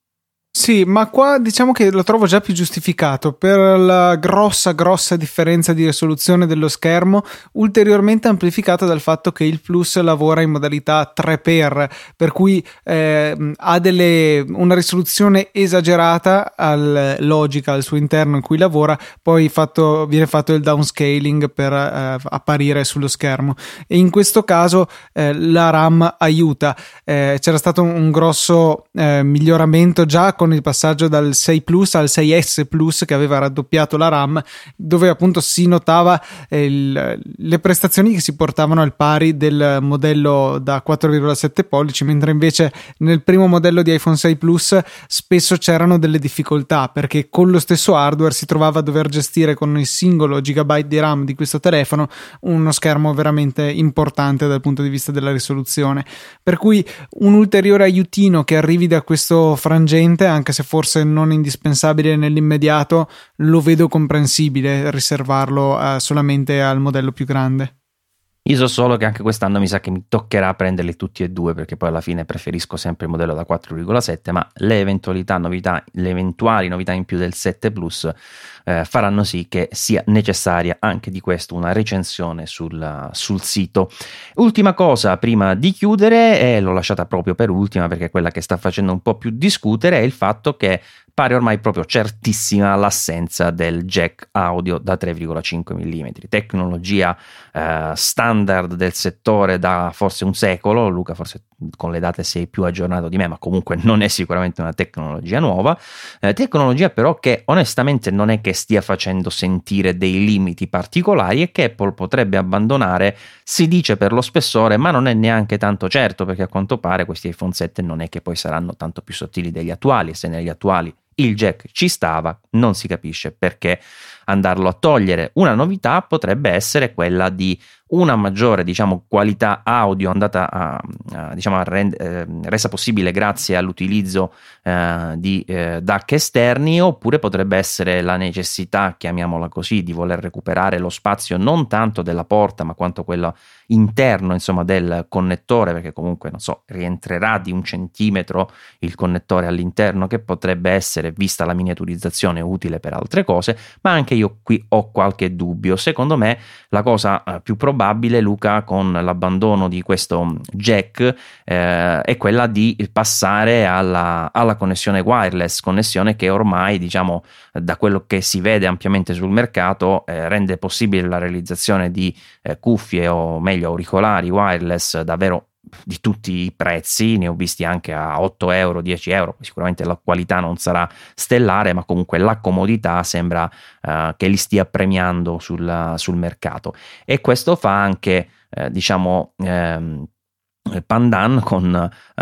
Sì, ma qua diciamo che lo trovo già più giustificato per la grossa grossa differenza di risoluzione dello schermo, ulteriormente amplificata dal fatto che il Plus lavora in modalità tre per, per cui eh, ha delle, una risoluzione esagerata al logica al suo interno in cui lavora, poi fatto, viene fatto il downscaling per eh, apparire sullo schermo, e in questo caso eh, la RAM aiuta. Eh, c'era stato un, un grosso eh, miglioramento già con il passaggio dal sei Plus al sei S Plus, che aveva raddoppiato la RAM, dove appunto si notava eh, il, le prestazioni che si portavano al pari del modello da quattro virgola sette pollici, mentre invece nel primo modello di iPhone sei Plus spesso c'erano delle difficoltà, perché con lo stesso hardware si trovava a dover gestire con il singolo gigabyte di RAM di questo telefono uno schermo veramente importante dal punto di vista della risoluzione, per cui un ulteriore aiutino che arrivi da questo frangente, anche se forse non indispensabile nell'immediato, lo vedo comprensibile riservarlo uh, solamente al modello più grande. Io so solo che anche quest'anno mi sa che mi toccherà prenderli tutti e due, perché poi alla fine preferisco sempre il modello da quattro virgola sette, ma le eventualità novità, le eventuali novità in più del sette Plus eh, faranno sì che sia necessaria anche di questo una recensione sul, sul sito. Ultima cosa prima di chiudere, e l'ho lasciata proprio per ultima perché è quella che sta facendo un po' più discutere, è il fatto che pare ormai proprio certissima l'assenza del jack audio da tre virgola cinque millimetri, tecnologia eh, standard del settore da forse un secolo. Luca forse con le date sei più aggiornato di me, ma comunque non è sicuramente una tecnologia nuova, eh, tecnologia però che onestamente non è che stia facendo sentire dei limiti particolari e che Apple potrebbe abbandonare, si dice per lo spessore, ma non è neanche tanto certo, perché a quanto pare questi iPhone sette non è che poi saranno tanto più sottili degli attuali, e se negli attuali il jack ci stava, non si capisce perché andarlo a togliere. Una novità potrebbe essere quella di una maggiore, diciamo, qualità audio andata a, a diciamo a rend, eh, resa possibile grazie all'utilizzo eh, di eh, D A C esterni, oppure potrebbe essere la necessità, chiamiamola così, di voler recuperare lo spazio non tanto della porta ma quanto quello interno, insomma, del connettore, perché comunque non so, rientrerà di un centimetro il connettore all'interno, che potrebbe essere, vista la miniaturizzazione, utile per altre cose. Ma anche io qui ho qualche dubbio. Secondo me la cosa eh, più probabile, Luca, con l'abbandono di questo jack eh, è quella di passare alla, alla connessione wireless, connessione che ormai, diciamo, da quello che si vede ampiamente sul mercato, eh, rende possibile la realizzazione di eh, cuffie, o meglio auricolari wireless davvero di tutti i prezzi. Ne ho visti anche a otto euro, dieci euro. Sicuramente la qualità non sarà stellare, ma comunque la comodità sembra uh, che li stia premiando sul, sul mercato, e questo fa anche eh, diciamo ehm, pandan con uh,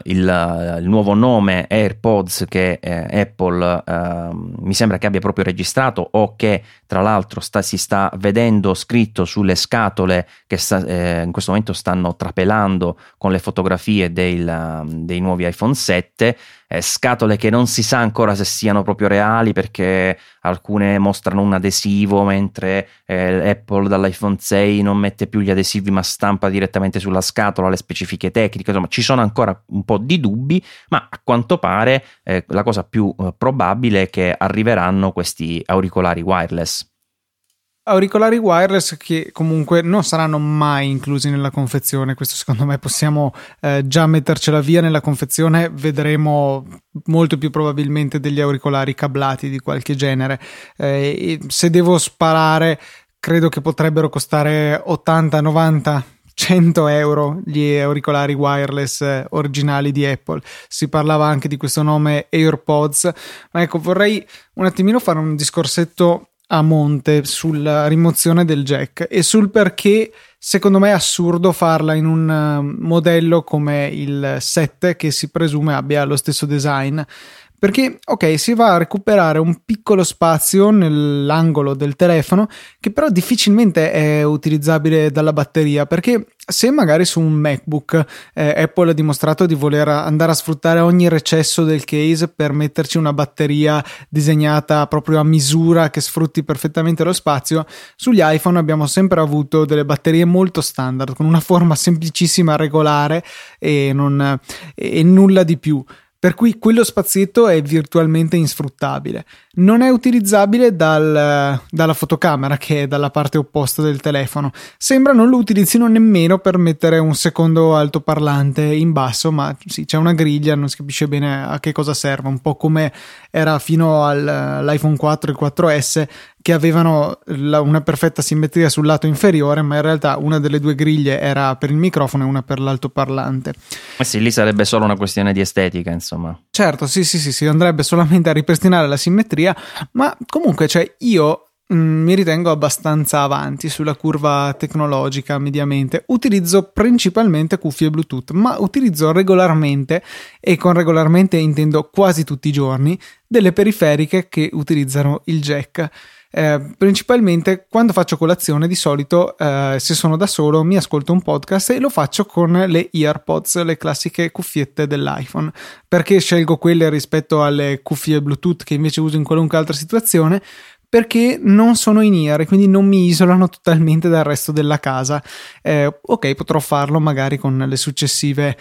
il, il nuovo nome AirPods che eh, Apple uh, mi sembra che abbia proprio registrato, o che tra l'altro sta, si sta vedendo scritto sulle scatole che sta, eh, in questo momento stanno trapelando con le fotografie dei, dei nuovi iPhone sette, eh, scatole che non si sa ancora se siano proprio reali, perché alcune mostrano un adesivo mentre eh, Apple dall'iPhone sei non mette più gli adesivi ma stampa direttamente sulla scatola le specifiche tecniche. Insomma, ci sono ancora un po' di dubbi, ma a quanto pare eh, la cosa più eh, probabile è che arriveranno questi auricolari wireless. Auricolari wireless che comunque non saranno mai inclusi nella confezione. Questo secondo me possiamo eh, già mettercela via. Nella confezione vedremo molto più probabilmente degli auricolari cablati di qualche genere. Eh, se devo sparare, credo che potrebbero costare ottanta, novanta, cento euro gli auricolari wireless originali di Apple. Si parlava anche di questo nome AirPods, ma ecco, vorrei un attimino fare un discorsetto a monte sulla rimozione del jack e sul perché secondo me è assurdo farla in un modello come il sette, che si presume abbia lo stesso design. Perché, ok, si va a recuperare un piccolo spazio nell'angolo del telefono che però difficilmente è utilizzabile dalla batteria, perché se magari su un MacBook eh, Apple ha dimostrato di voler andare a sfruttare ogni recesso del case per metterci una batteria disegnata proprio a misura che sfrutti perfettamente lo spazio, sugli iPhone abbiamo sempre avuto delle batterie molto standard con una forma semplicissima, regolare e, non, e nulla di più. Per cui quello spazietto è virtualmente insfruttabile. Non è utilizzabile dal, dalla fotocamera, che è dalla parte opposta del telefono. Sembra non lo utilizzino nemmeno per mettere un secondo altoparlante in basso, ma sì, c'è una griglia, non si capisce bene a che cosa serva, un po' come era fino all'iPhone quattro e il quattro S, che avevano la, una perfetta simmetria sul lato inferiore, ma in realtà una delle due griglie era per il microfono e una per l'altoparlante. Eh sì, lì sarebbe solo una questione di estetica, insomma. Certo, sì, sì, sì, si andrebbe solamente a ripristinare la simmetria, ma comunque, cioè, io mh, mi ritengo abbastanza avanti sulla curva tecnologica mediamente. Utilizzo principalmente cuffie Bluetooth, ma utilizzo regolarmente, e con regolarmente intendo quasi tutti i giorni, delle periferiche che utilizzano il jack. Eh, principalmente quando faccio colazione, di solito eh, se sono da solo mi ascolto un podcast e lo faccio con le AirPods, le classiche cuffiette dell'iPhone. Perché scelgo quelle rispetto alle cuffie Bluetooth che invece uso in qualunque altra situazione? Perché non sono in ear, quindi non mi isolano totalmente dal resto della casa. Eh, ok, potrò farlo magari con le successive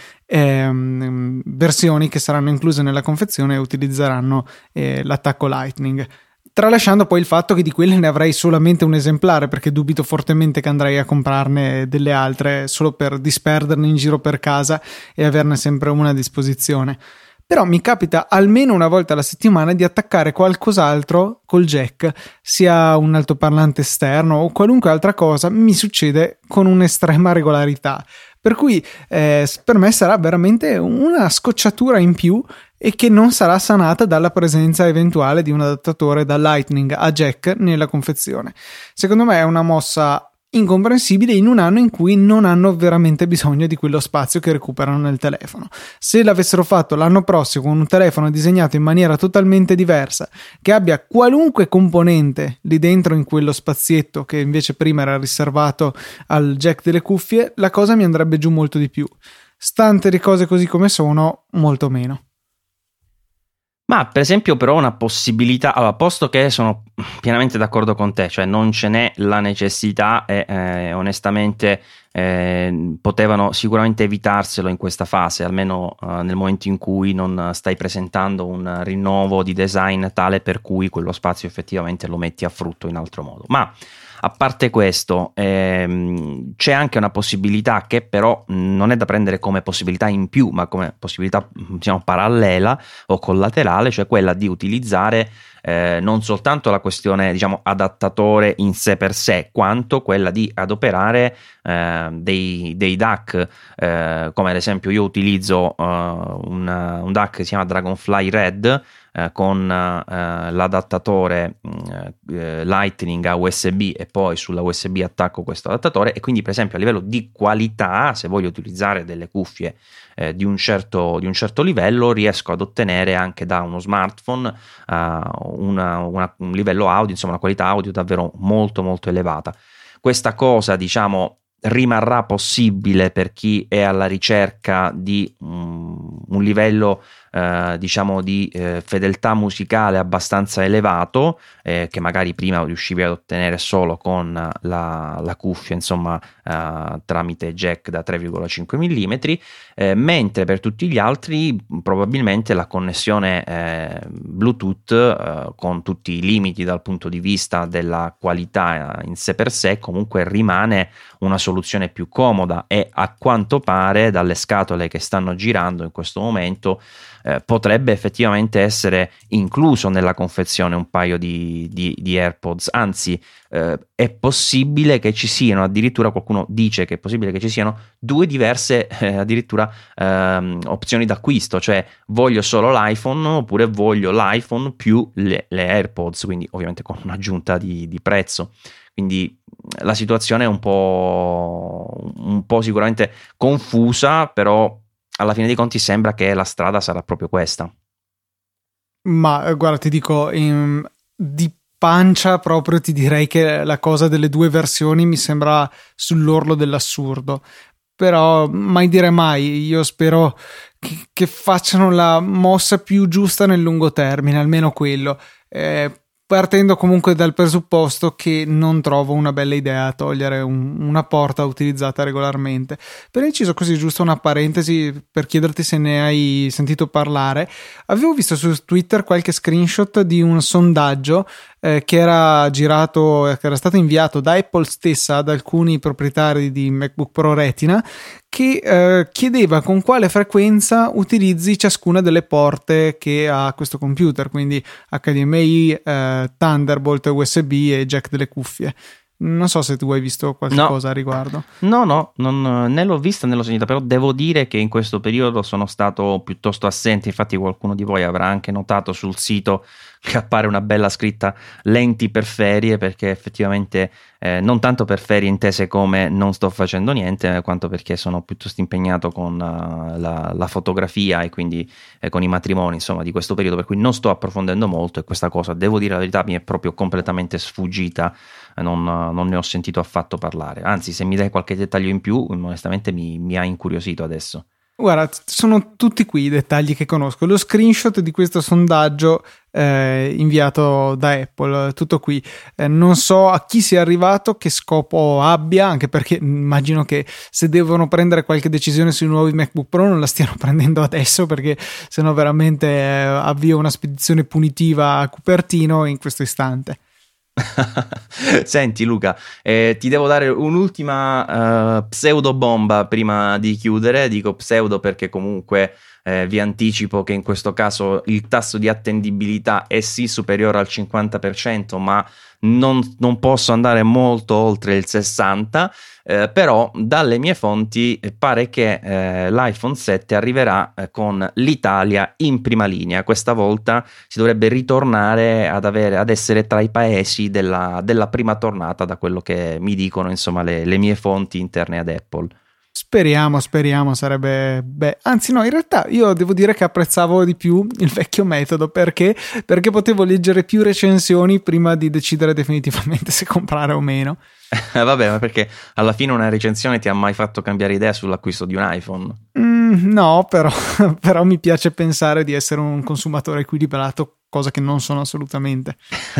ehm, versioni che saranno incluse nella confezione e utilizzeranno eh, l'attacco Lightning. Tralasciando poi il fatto che di quelle ne avrei solamente un esemplare, perché dubito fortemente che andrei a comprarne delle altre solo per disperderne in giro per casa e averne sempre una a disposizione. Però mi capita almeno una volta alla settimana di attaccare qualcos'altro col jack, sia un altoparlante esterno o qualunque altra cosa. Mi succede con un'estrema regolarità, per cui eh, per me sarà veramente una scocciatura in più e che non sarà sanata dalla presenza eventuale di un adattatore da Lightning a jack nella confezione. Secondo me è una mossa incomprensibile in un anno in cui non hanno veramente bisogno di quello spazio che recuperano nel telefono. Se l'avessero fatto l'anno prossimo con un telefono disegnato in maniera totalmente diversa, che abbia qualunque componente lì dentro in quello spazietto che invece prima era riservato al jack delle cuffie, la cosa mi andrebbe giù molto di più. Stante le cose così come sono, molto meno. Ma per esempio però una possibilità, allora, posto che sono pienamente d'accordo con te, cioè non ce n'è la necessità e eh, onestamente eh, potevano sicuramente evitarselo in questa fase, almeno eh, nel momento in cui non stai presentando un rinnovo di design tale per cui quello spazio effettivamente lo metti a frutto in altro modo. Ma a parte questo, ehm, c'è anche una possibilità che però non è da prendere come possibilità in più, ma come possibilità, diciamo, parallela o collaterale, cioè quella di utilizzare eh, non soltanto la questione, diciamo, adattatore in sé per sé, quanto quella di adoperare eh, dei, dei D A C, eh, come ad esempio io utilizzo uh, un, un D A C che si chiama Dragonfly Red, eh, con eh, l'adattatore eh, Lightning a U S B, e poi sulla U S B attacco questo adattatore, e quindi per esempio a livello di qualità, se voglio utilizzare delle cuffie eh, di un certo di un certo livello, riesco ad ottenere anche da uno smartphone uh, una, una, un livello audio, insomma una qualità audio davvero molto molto elevata. Questa cosa, diciamo, rimarrà possibile per chi è alla ricerca di um, un livello eh, diciamo di eh, fedeltà musicale abbastanza elevato, eh, che magari prima riuscivi ad ottenere solo con la, la cuffia, insomma, eh, tramite jack da tre virgola cinque millimetri, eh, mentre per tutti gli altri probabilmente la connessione eh, Bluetooth, eh, con tutti i limiti dal punto di vista della qualità in sé per sé, comunque rimane una soluzione più comoda, e a quanto pare dalle scatole che stanno girando in questo momento eh, potrebbe effettivamente essere incluso nella confezione un paio di, di, di AirPods, anzi eh, è possibile che ci siano, addirittura qualcuno dice che è possibile che ci siano due diverse eh, addirittura ehm, opzioni d'acquisto, cioè voglio solo l'iPhone oppure voglio l'iPhone più le, le AirPods, quindi ovviamente con un'aggiunta di, di prezzo. Quindi la situazione è un po', un po' sicuramente confusa, però alla fine dei conti sembra che la strada sarà proprio questa. Ma guarda, ti dico, in, di pancia proprio ti direi che la cosa delle due versioni mi sembra sull'orlo dell'assurdo, però mai dire mai. Io spero che, che facciano la mossa più giusta nel lungo termine, almeno quello, eh, partendo comunque dal presupposto che non trovo una bella idea togliere un, una porta utilizzata regolarmente. Per inciso, così, giusto una parentesi per chiederti se ne hai sentito parlare. Avevo visto su Twitter qualche screenshot di un sondaggio eh, che era girato, che era stato inviato da Apple stessa ad alcuni proprietari di MacBook Pro Retina, che eh, chiedeva con quale frequenza utilizzi ciascuna delle porte che ha questo computer, quindi H D M I, eh, Thunderbolt, U S B e jack delle cuffie. Non so se tu hai visto qualche no. cosa a riguardo. No, no, non, né l'ho vista né l'ho sentita, però devo dire che in questo periodo sono stato piuttosto assente. Infatti qualcuno di voi avrà anche notato sul sito che appare una bella scritta lenti per ferie, perché effettivamente eh, non tanto per ferie intese come non sto facendo niente, quanto perché sono piuttosto impegnato con uh, la, la fotografia e quindi eh, con i matrimoni, insomma, di questo periodo, per cui non sto approfondendo molto, e questa cosa, devo dire la verità, mi è proprio completamente sfuggita. Non, non ne ho sentito affatto parlare, anzi, se mi dai qualche dettaglio in più, onestamente mi, mi ha incuriosito adesso. Guarda, sono tutti qui i dettagli che conosco. Lo screenshot di questo sondaggio eh, inviato da Apple, tutto qui. Eh, non so a chi sia arrivato, che scopo abbia, anche perché immagino che se devono prendere qualche decisione sui nuovi MacBook Pro non la stiano prendendo adesso, perché sennò veramente eh, avvio una spedizione punitiva a Cupertino in questo istante. Senti Luca, eh, ti devo dare un'ultima uh, pseudo bomba prima di chiudere. Dico pseudo perché comunque eh, vi anticipo che in questo caso il tasso di attendibilità è sì superiore al cinquanta per cento, ma non, non posso andare molto oltre il sessanta per cento. Eh, però dalle mie fonti pare che eh, l'iPhone sette arriverà eh, con l'Italia in prima linea. Questa volta si dovrebbe ritornare ad, avere, ad essere tra i paesi della, della prima tornata, da quello che mi dicono, insomma, le, le mie fonti interne ad Apple. Speriamo, speriamo, sarebbe... Beh, anzi no, in realtà io devo dire che apprezzavo di più il vecchio metodo, perché perché potevo leggere più recensioni prima di decidere definitivamente se comprare o meno. Vabbè, ma perché alla fine una recensione ti ha mai fatto cambiare idea sull'acquisto di un iPhone? Mm, no, però, però mi piace pensare di essere un consumatore equilibrato, cosa che non sono assolutamente.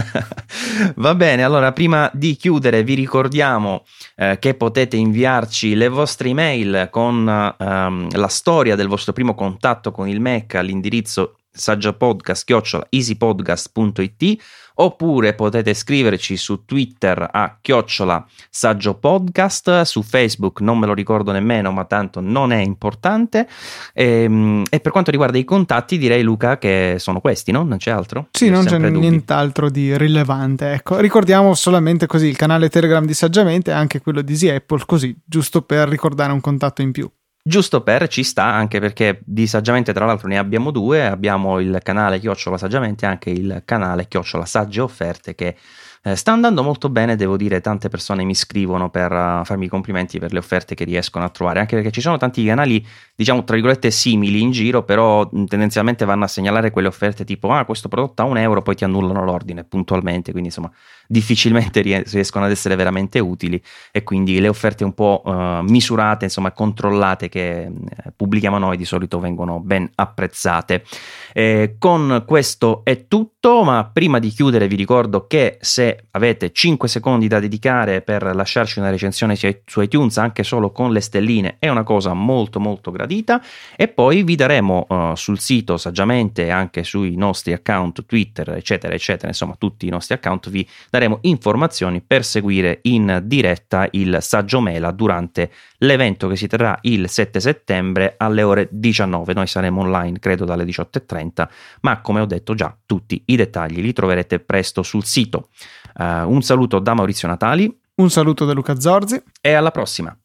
Va bene, allora prima di chiudere vi ricordiamo eh, che potete inviarci le vostre email con ehm, la storia del vostro primo contatto con il Mac all'indirizzo saggiapodcast chiocciola easypodcast punto it, oppure potete scriverci su Twitter a chiocciola Saggio Podcast, su Facebook non me lo ricordo nemmeno, ma tanto non è importante. E, e per quanto riguarda i contatti direi, Luca, che sono questi, no? Non c'è altro? Sì, Io ho non c'è sempre dubbi. nient'altro di rilevante, ecco. Ricordiamo solamente così il canale Telegram di Saggiamente e anche quello di Easy Apple, così, giusto per ricordare un contatto in più. Giusto per, ci sta, anche perché di Saggiamente tra l'altro ne abbiamo due, abbiamo il canale Chiocciola Saggiamente e anche il canale Chiocciola Sagge Offerte, che eh, sta andando molto bene, devo dire. Tante persone mi scrivono per uh, farmi i complimenti per le offerte che riescono a trovare, anche perché ci sono tanti canali, diciamo tra virgolette simili in giro, però mh, tendenzialmente vanno a segnalare quelle offerte tipo ah questo prodotto a un euro, poi ti annullano l'ordine puntualmente, quindi insomma difficilmente riescono ad essere veramente utili, e quindi le offerte un po' uh, misurate, insomma controllate, che eh, pubblichiamo noi di solito vengono ben apprezzate. Eh, con questo è tutto, ma prima di chiudere vi ricordo che se avete cinque secondi da dedicare per lasciarci una recensione su iTunes, anche solo con le stelline, è una cosa molto molto gradita, e poi vi daremo uh, sul sito Saggiamente, anche sui nostri account Twitter eccetera eccetera, insomma tutti i nostri account, vi daremo informazioni per seguire in diretta il Saggio Mela durante l'evento che si terrà il sette settembre alle ore diciannove. Noi saremo online credo dalle diciotto e trenta, ma come ho detto già tutti i dettagli li troverete presto sul sito. Uh, un saluto da Maurizio Natali, un saluto da Luca Zorzi e alla prossima.